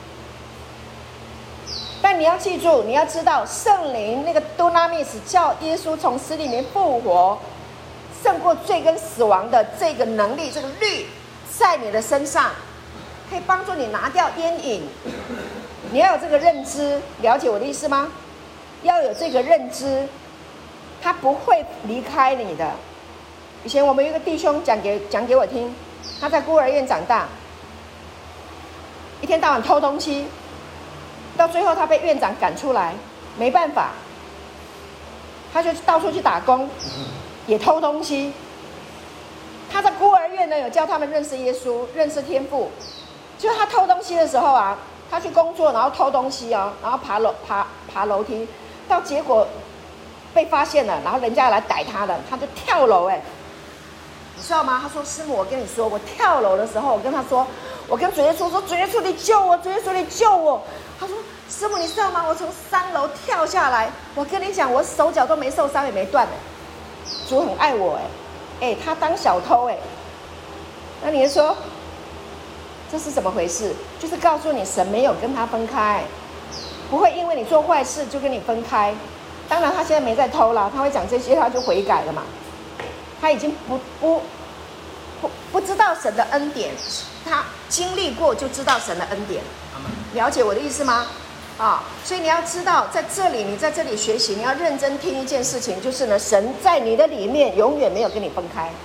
但你要记住，你要知道，圣灵那个 dunamis 叫耶稣从死里面复活，胜过罪跟死亡的这个能力，这个律在你的身上，可以帮助你拿掉烟瘾。你要有这个认知，了解我的意思吗？要有这个认知，他不会离开你的。以前我们有一个弟兄讲给我听，他在孤儿院长大，一天到晚偷东西，到最后他被院长赶出来，没办法，他就到处去打工，也偷东西。他在孤儿院呢，有教他们认识耶稣，认识天父。就是他偷东西的时候啊，他去工作，然后偷东西哦，然后爬楼梯。到结果被发现了，然后人家来逮他了，他就跳楼。你知道吗？他说：“师母，我跟你说，我跳楼的时候，我跟他说，我跟主耶稣说，主耶稣你救我，主耶稣你救我。”他说：“师母，你知道吗？我从3楼跳下来，我跟你讲，我手脚都没受伤，也没断。主很爱我。他当小偷。那你说这是怎么回事？就是告诉你，神没有跟他分开。”不会因为你做坏事就跟你分开。当然他现在没在偷了，他会讲这些，他就悔改了嘛。他已经不知道神的恩典，他经历过就知道神的恩典。了解我的意思吗？所以你要知道，在这里你在这里学习，你要认真听一件事情，就是呢，神在你的里面永远没有跟你分开，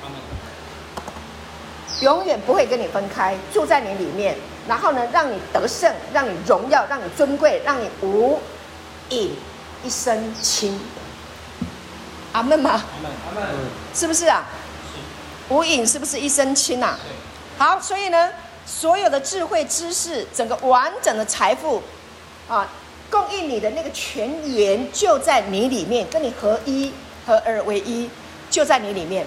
永远不会跟你分开，住在你里面。然后呢，让你得胜，让你荣耀，让你尊贵，让你无影一身轻。阿们吗？阿们，是不是啊？无影是不是一身轻啊？好，所以呢，所有的智慧、知识，整个完整的财富供应你的那个泉源就在你里面，跟你合一、合而为一，就在你里面。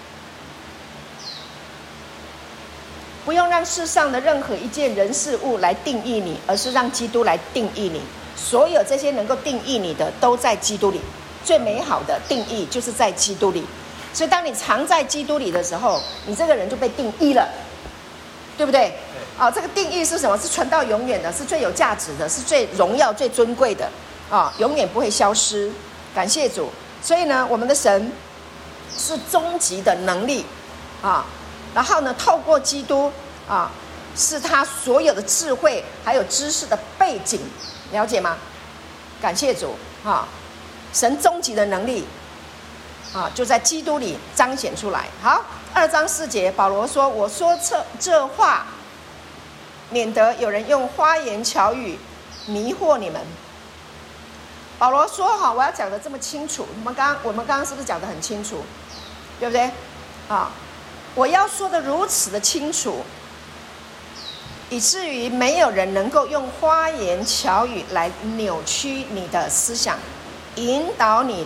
不用让世上的任何一件人事物来定义你，而是让基督来定义你。所有这些能够定义你的，都在基督里。最美好的定义就是在基督里。所以当你常在基督里的时候，你这个人就被定义了，对不对？这个定义是什么？是存到永远的，是最有价值的，是最荣耀、最尊贵的永远不会消失。感谢主。所以呢，我们的神是终极的能力然后呢，透过基督是他所有的智慧还有知识的背景，了解吗？感谢主神终极的能力就在基督里彰显出来。好，2章4节，保罗说：“我说这话，免得有人用花言巧语迷惑你们。”保罗说：“我要讲的这么清楚，我们刚刚是不是讲得很清楚？对不对？我要说的如此的清楚， 以至于没有人能够用花言巧语来扭曲你的思想，引导你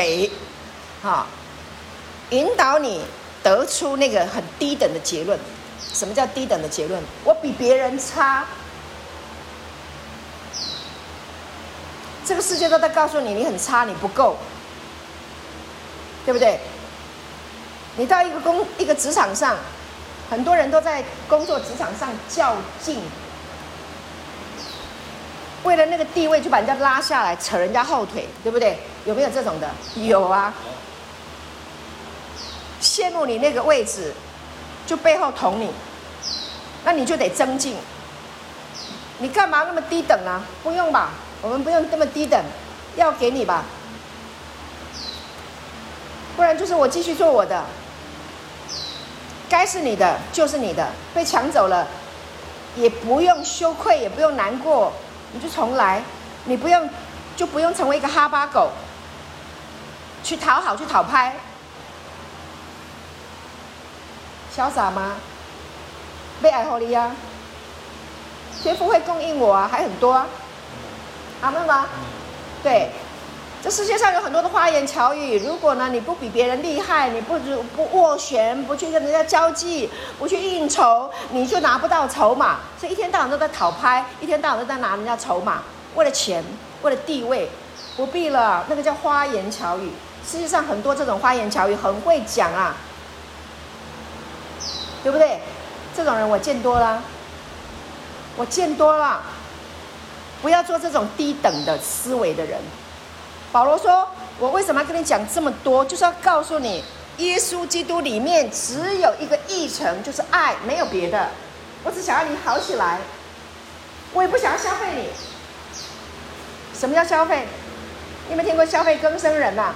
引导你得出那个很低等的结论。什么叫低等的结论？我比别人差。这个世界都在告诉你，你很差，你不够，对不对？你到一个职场上，很多人都在工作职场上较劲，为了那个地位就把人家拉下来，扯人家后腿，对不对？有没有这种的？有啊。羡慕你那个位置，就背后捅你，那你就得增进。你干嘛那么低等啊？不用吧，我们不用那么低等，要给你吧，不然就是我继续做我的，该是你的就是你的，被抢走了也不用羞愧，也不用难过，你就重来，你不用成为一个哈巴狗，去讨好去讨拍，潇洒吗？被爱护你啊，天父会供应我啊，还很多啊，阿们吗？对，这世界上有很多的花言巧语，如果呢你不比别人厉害，你不斡旋，不去跟人家交际，不去应酬，你就拿不到筹码。所以一天到晚都在讨拍，一天到晚都在拿人家筹码，为了钱，为了地位，不必了，那个叫花言巧语。世界上很多这种花言巧语，很会讲啊，对不对？这种人我见多了，我见多了，不要做这种低等的思维的人。保罗说，我为什么要跟你讲这么多，就是要告诉你，耶稣基督里面只有一个议程，就是爱，没有别的。我只想要你好起来，我也不想要消费你。什么叫消费？你有没有听过消费更生人啊？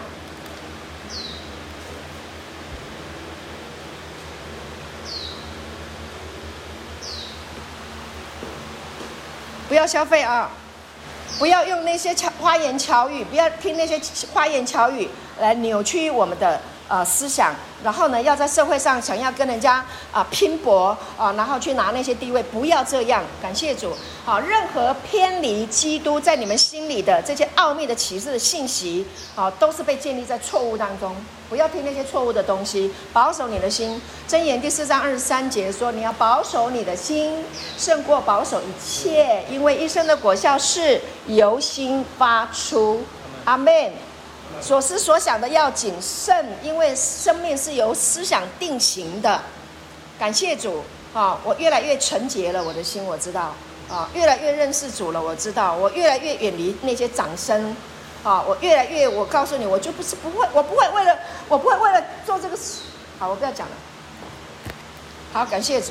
不要消费啊！不要用那些花言巧语，不要听那些花言巧语来扭曲我们的思想。然后呢，要在社会上想要跟人家拼搏然后去拿那些地位，不要这样。感谢主。任何偏离基督在你们心里的这些奥秘的启示的信息都是被建立在错误当中。不要听那些错误的东西，保守你的心。箴言第4章23节说，你要保守你的心，胜过保守一切，因为一生的果效是由心发出。阿们。所思所想的要谨慎，因为生命是由思想定型的。感谢主我越来越纯洁了，我的心我知道越来越认识主了，我知道我越来越远离那些掌声我越来越，我告诉你，我就我不会为了做这个事。好，我不要讲了。好，感谢主。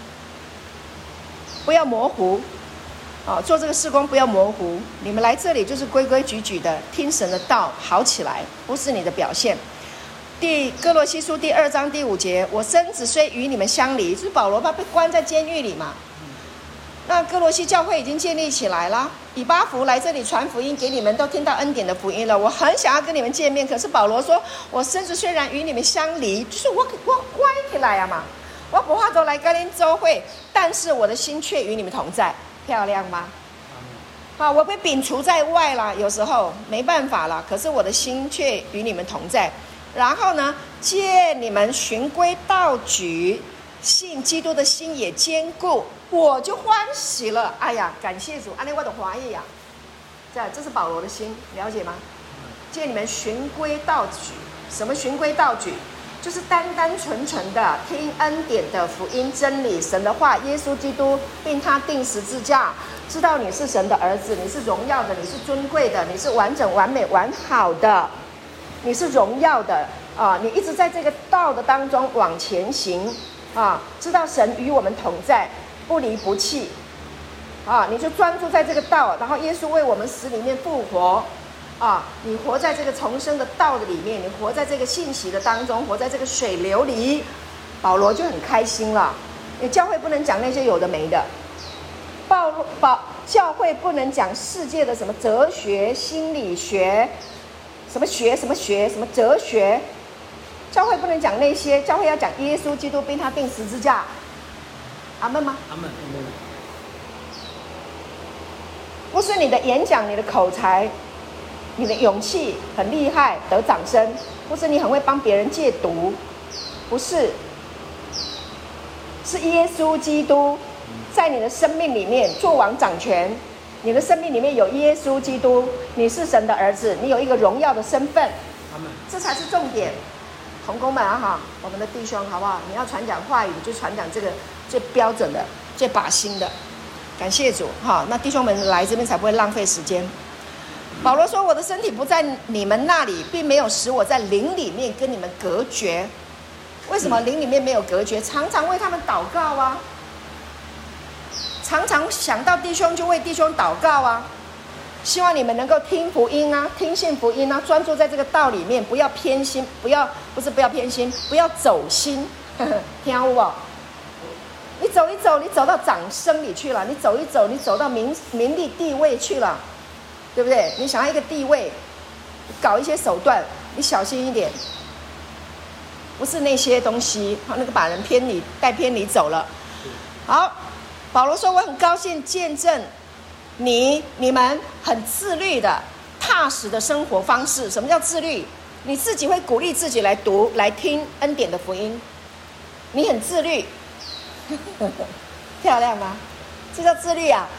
不要模糊做这个事工不要模糊。你们来这里就是规规矩矩的听神的道，好起来，不是你的表现。哥罗西书第2章第5节，我身子虽与你们相离，就是保罗他被关在监狱里嘛。那哥罗西教会已经建立起来了，以巴弗来这里传福音给你们，都听到恩典的福音了。我很想要跟你们见面，可是保罗说，我身子虽然与你们相离，就是我关起来啊嘛，我不怕走来跟您周会，但是我的心却与你们同在。漂亮吗？我被摒除在外了，有时候没办法了，可是我的心却与你们同在。然后呢，借你们循规蹈矩，信基督的心也坚固，我就欢喜了。哎呀，感谢主，安利我的华裔呀，这是保罗的心，了解吗？借你们循规蹈矩，什么循规蹈矩？就是单单纯纯的听恩典的福音真理，神的话，耶稣基督，并他钉十字架，知道你是神的儿子，你是荣耀的，你是尊贵的，你是完整完美完好的，你是荣耀的你一直在这个道的当中往前行知道神与我们同在，不离不弃你就专注在这个道，然后耶稣为我们死里面复活你活在这个重生的道的里面，你活在这个信息的当中，活在这个水流里，保罗就很开心了。你教会不能讲那些有的没的，教会不能讲世界的什么哲学、心理学，什么哲学，教会不能讲那些，教会要讲耶稣基督并他钉十字架。阿们吗？ 阿们。 不是你的演讲、你的口才、你的勇气很厉害得掌声，不是你很会帮别人戒毒，不是，是耶稣基督在你的生命里面做王掌权。你的生命里面有耶稣基督，你是神的儿子，你有一个荣耀的身份，这才是重点。同工们啊哈，我们的弟兄好不好？你要传讲话语，就传讲这个最标准的、最靶心的。感谢主哈，那弟兄们来这边才不会浪费时间。保罗说：“我的身体不在你们那里，并没有使我在灵里面跟你们隔绝。为什么灵里面没有隔绝？常常为他们祷告啊。”常常想到弟兄就为弟兄祷告啊，希望你们能够听福音啊，听信福音啊，专注在这个道里面，不要偏心，不要偏心，不要走心，听有无？你走一走，你走到掌声里去了；你走一走，你走到名利地位去了，对不对？你想要一个地位，搞一些手段，你小心一点，不是那些东西，那个把人带偏离走了。好。保罗说：“我很高兴见证你们很自律的、踏实的生活方式。什么叫自律？你自己会鼓励自己来读、来听恩典的福音，你很自律，漂亮吗？这叫自律啊！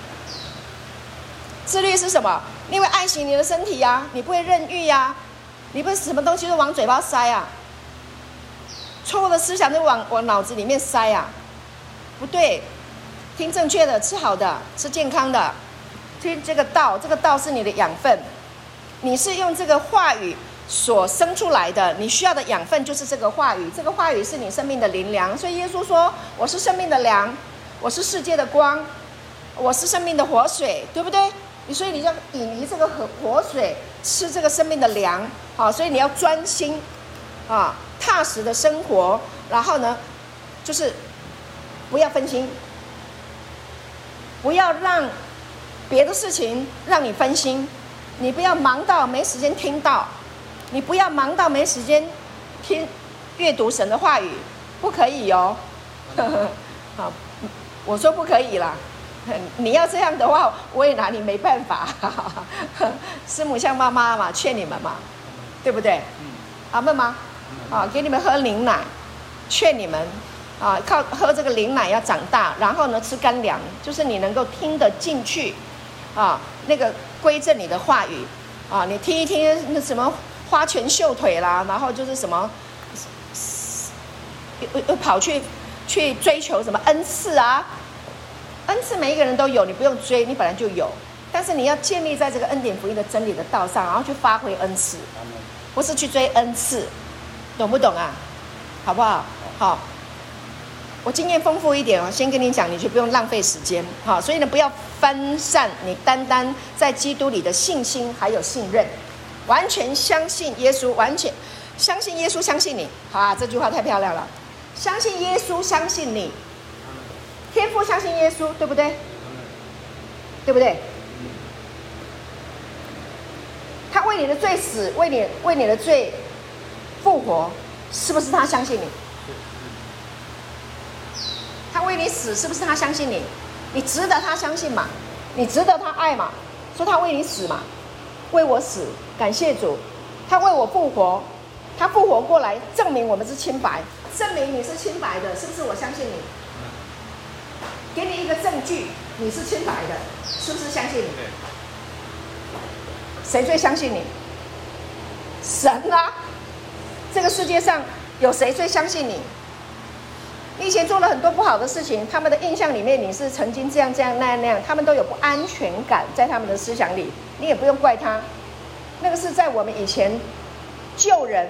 自律是什么？你会爱惜你的身体呀，你不会任欲呀，你不会什么东西都往嘴巴塞啊，错误的思想就往脑子里面塞啊，不对。”听正确的，吃好的，吃健康的，听这个道，这个道是你的养分，你是用这个话语所生出来的，你需要的养分就是这个话语，这个话语是你生命的灵粮。所以耶稣说：“我是生命的粮，我是世界的光，我是生命的活水，对不对？”所以你要饮离这个活水，吃这个生命的粮，好，所以你要专心啊，踏实的生活，然后呢，就是不要分心。不要让别的事情让你分心，你不要忙到没时间听到，你不要忙到没时间阅读神的话语，不可以哦。好，我说不可以啦。你要这样的话，我也拿你没办法。师母像妈妈嘛，劝你们嘛，对不对？阿们吗？啊，给你们喝灵奶，劝你们。啊，靠喝这个灵奶要长大，然后呢吃干粮，就是你能够听得进去，啊，那个归正你的话语，啊，你听一听那什么花拳绣腿啦，然后就是什么，又跑去追求什么恩赐啊，恩赐每一个人都有，你不用追，你本来就有，但是你要建立在这个恩典福音的真理的道上，然后去发挥恩赐，不是去追恩赐，懂不懂啊？好不好？好。我经验丰富一点，我先跟你讲，你就不用浪费时间，好，所以呢，不要分散你单单在基督里的信心还有信任，完全相信耶稣，完全相信耶稣，相信你，好啊，这句话太漂亮了，相信耶稣，相信你，天父相信耶稣，对不对？对不对？他为你的罪死，为你的罪复活，是不是他相信你？他为你死，是不是他相信你？你值得他相信嘛？你值得他爱嘛？说他为你死嘛，为我死，感谢主，他为我复活，他复活过来，证明我们是清白，证明你是清白的，是不是？我相信你，给你一个证据，你是清白的，是不是相信你？谁最相信你？神啊！这个世界上有谁最相信你？你以前做了很多不好的事情，他们的印象里面你是曾经这样那样，他们都有不安全感在他们的思想里，你也不用怪他，那个是在我们以前救人，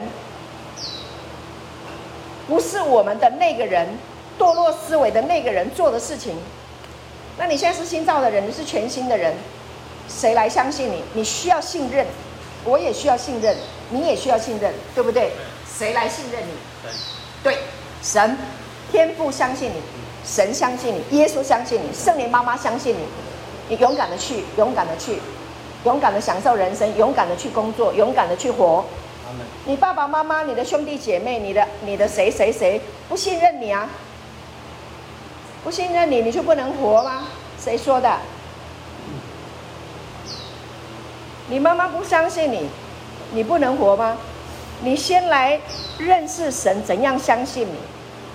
不是我们的那个人堕落思维的那个人做的事情。那你现在是新造的人，你是全新的人，谁来相信你？你需要信任，我也需要信任，你也需要信任，对不对？谁来信任你？对，神。天父相信你，神相信你，耶稣相信你，圣灵妈妈相信你，你勇敢的去，勇敢的去，勇敢的享受人生，勇敢的去工作，勇敢的去活。你爸爸妈妈、你的兄弟姐妹、你的谁不信任你啊？不信任你，你就不能活吗？谁说的？ 你妈妈不相信你，你不能活吗？你先来认识神，怎样相信你？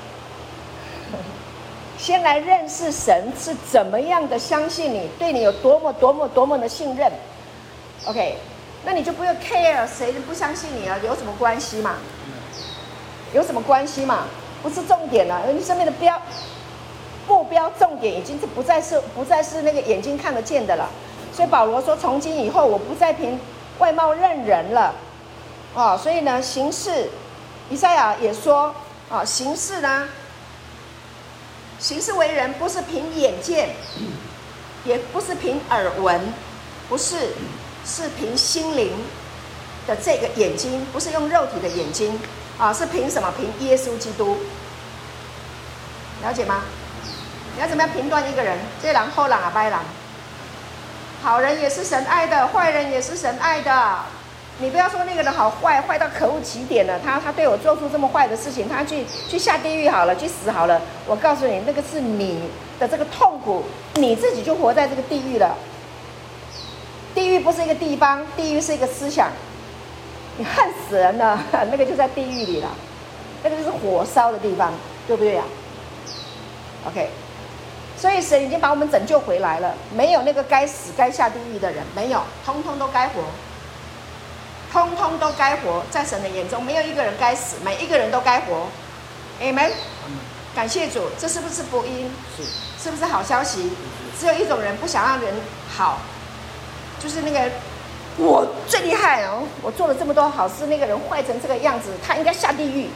先来认识神是怎么样的相信你，对你有多么的信任。OK， 那你就不用 care 谁不相信你啊，有什么关系嘛？有什么关系嘛？不是重点了，你身边的目标重点已经不再是那个眼睛看得见的了。所以保罗说，从今以后我不再凭外貌认人了。所以呢，行事，以赛亚也说行事呢，行事为人不是凭眼见，也不是凭耳闻，不是，是凭心灵的这个眼睛，不是用肉体的眼睛是凭什么？凭耶稣基督，了解吗？你要怎么样评断一个人？这人好人啊，歹人，好人也是神爱的，坏人也是神爱的。你不要说那个人好坏，坏到可恶极点了，他对我做出这么坏的事情，他去下地狱好了，去死好了。我告诉你，那个是你的这个痛苦，你自己就活在这个地狱了。地狱不是一个地方，地狱是一个思想。你恨死人了，那个就在地狱里了，那个就是火烧的地方，对不对呀？OK， 所以神已经把我们拯救回来了，没有那个该死该下地狱的人，没有，通通都该活。通通都该活，在神的眼中没有一个人该死，每一个人都该活。Amen。感谢主，这是不是福音？是不是好消息？只有一种人不想让人好，就是那个我最厉害哦，我做了这么多好事，那个人坏成这个样子，他应该下地狱。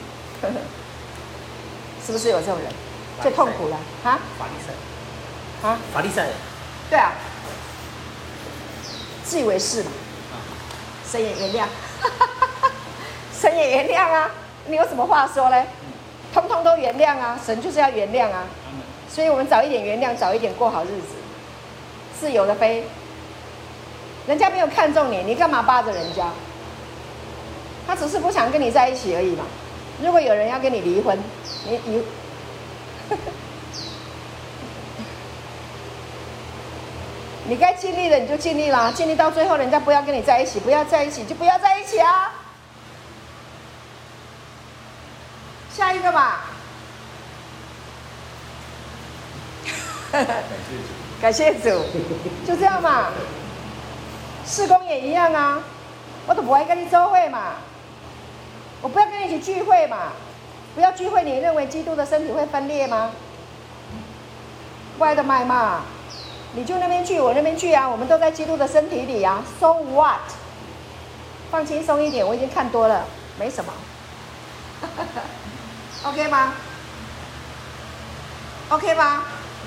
是不是有这种人？最痛苦了啊！ 法利赛啊， 法利赛人， 对啊，自以为是嘛。神也原谅，神也原谅啊！你有什么话说嘞？通通都原谅啊！神就是要原谅啊！所以我们早一点原谅，早一点过好日子，是有的飞。人家没有看中你，你干嘛扒着人家？他只是不想跟你在一起而已嘛。如果有人要跟你离婚，你该尽力的你就尽力啦，尽力到最后人家不要跟你在一起，不要在一起就不要在一起啊。下一个吧。感谢主，就这样嘛。事工也一样啊，我都不爱跟你做会嘛，我不要跟你一起聚会嘛，不要聚会，你认为基督的身体会分裂吗？歪的卖嘛。你就那边去，我那边去啊，我们都在基督的身体里啊。So what？ 放轻松一点，我已经看多了，没什么。OK 吗 ？OK 吗？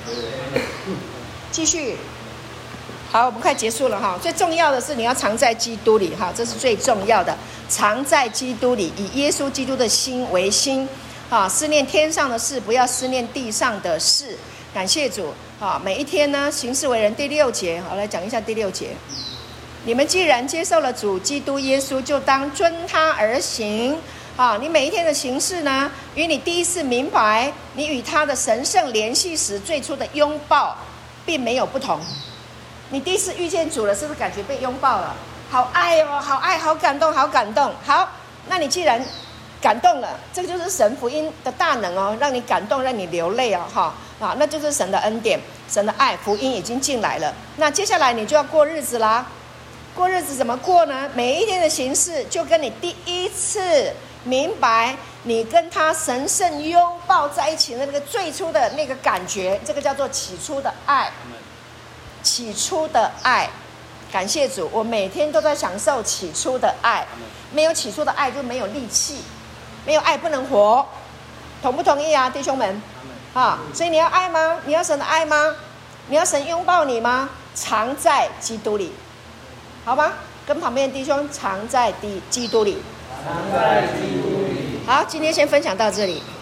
继续。好，我们快结束了哈。最重要的是你要常在基督里哈，这是最重要的。常在基督里，以耶稣基督的心为心思念天上的事，不要思念地上的事。感谢主。每一天呢，行事为人第6节，我来讲一下第6节。你们既然接受了主基督耶稣，就当遵他而行。你每一天的行事呢，与你第一次明白你与他的神圣联系时最初的拥抱，并没有不同。你第一次遇见主了，是不是感觉被拥抱了？好爱哦，好爱，好感动，好感动。好，那你既然感动了，这个就是神福音的大能哦，让你感动，让你流泪哦，那就是神的恩典，神的爱，福音已经进来了。那接下来你就要过日子啦。过日子怎么过呢？每一天的行事就跟你第一次明白你跟他神圣拥抱在一起的那个最初的那个感觉，这个叫做起初的爱。起初的爱，感谢主，我每天都在享受起初的爱。没有起初的爱就没有力气，没有爱不能活。同不同意啊，弟兄们？所以你要爱吗？你要神的爱吗？你要神拥抱你吗？常在基督里，好吗？跟旁边的弟兄常在基督里。 常在基督里。 好，今天先分享到这里。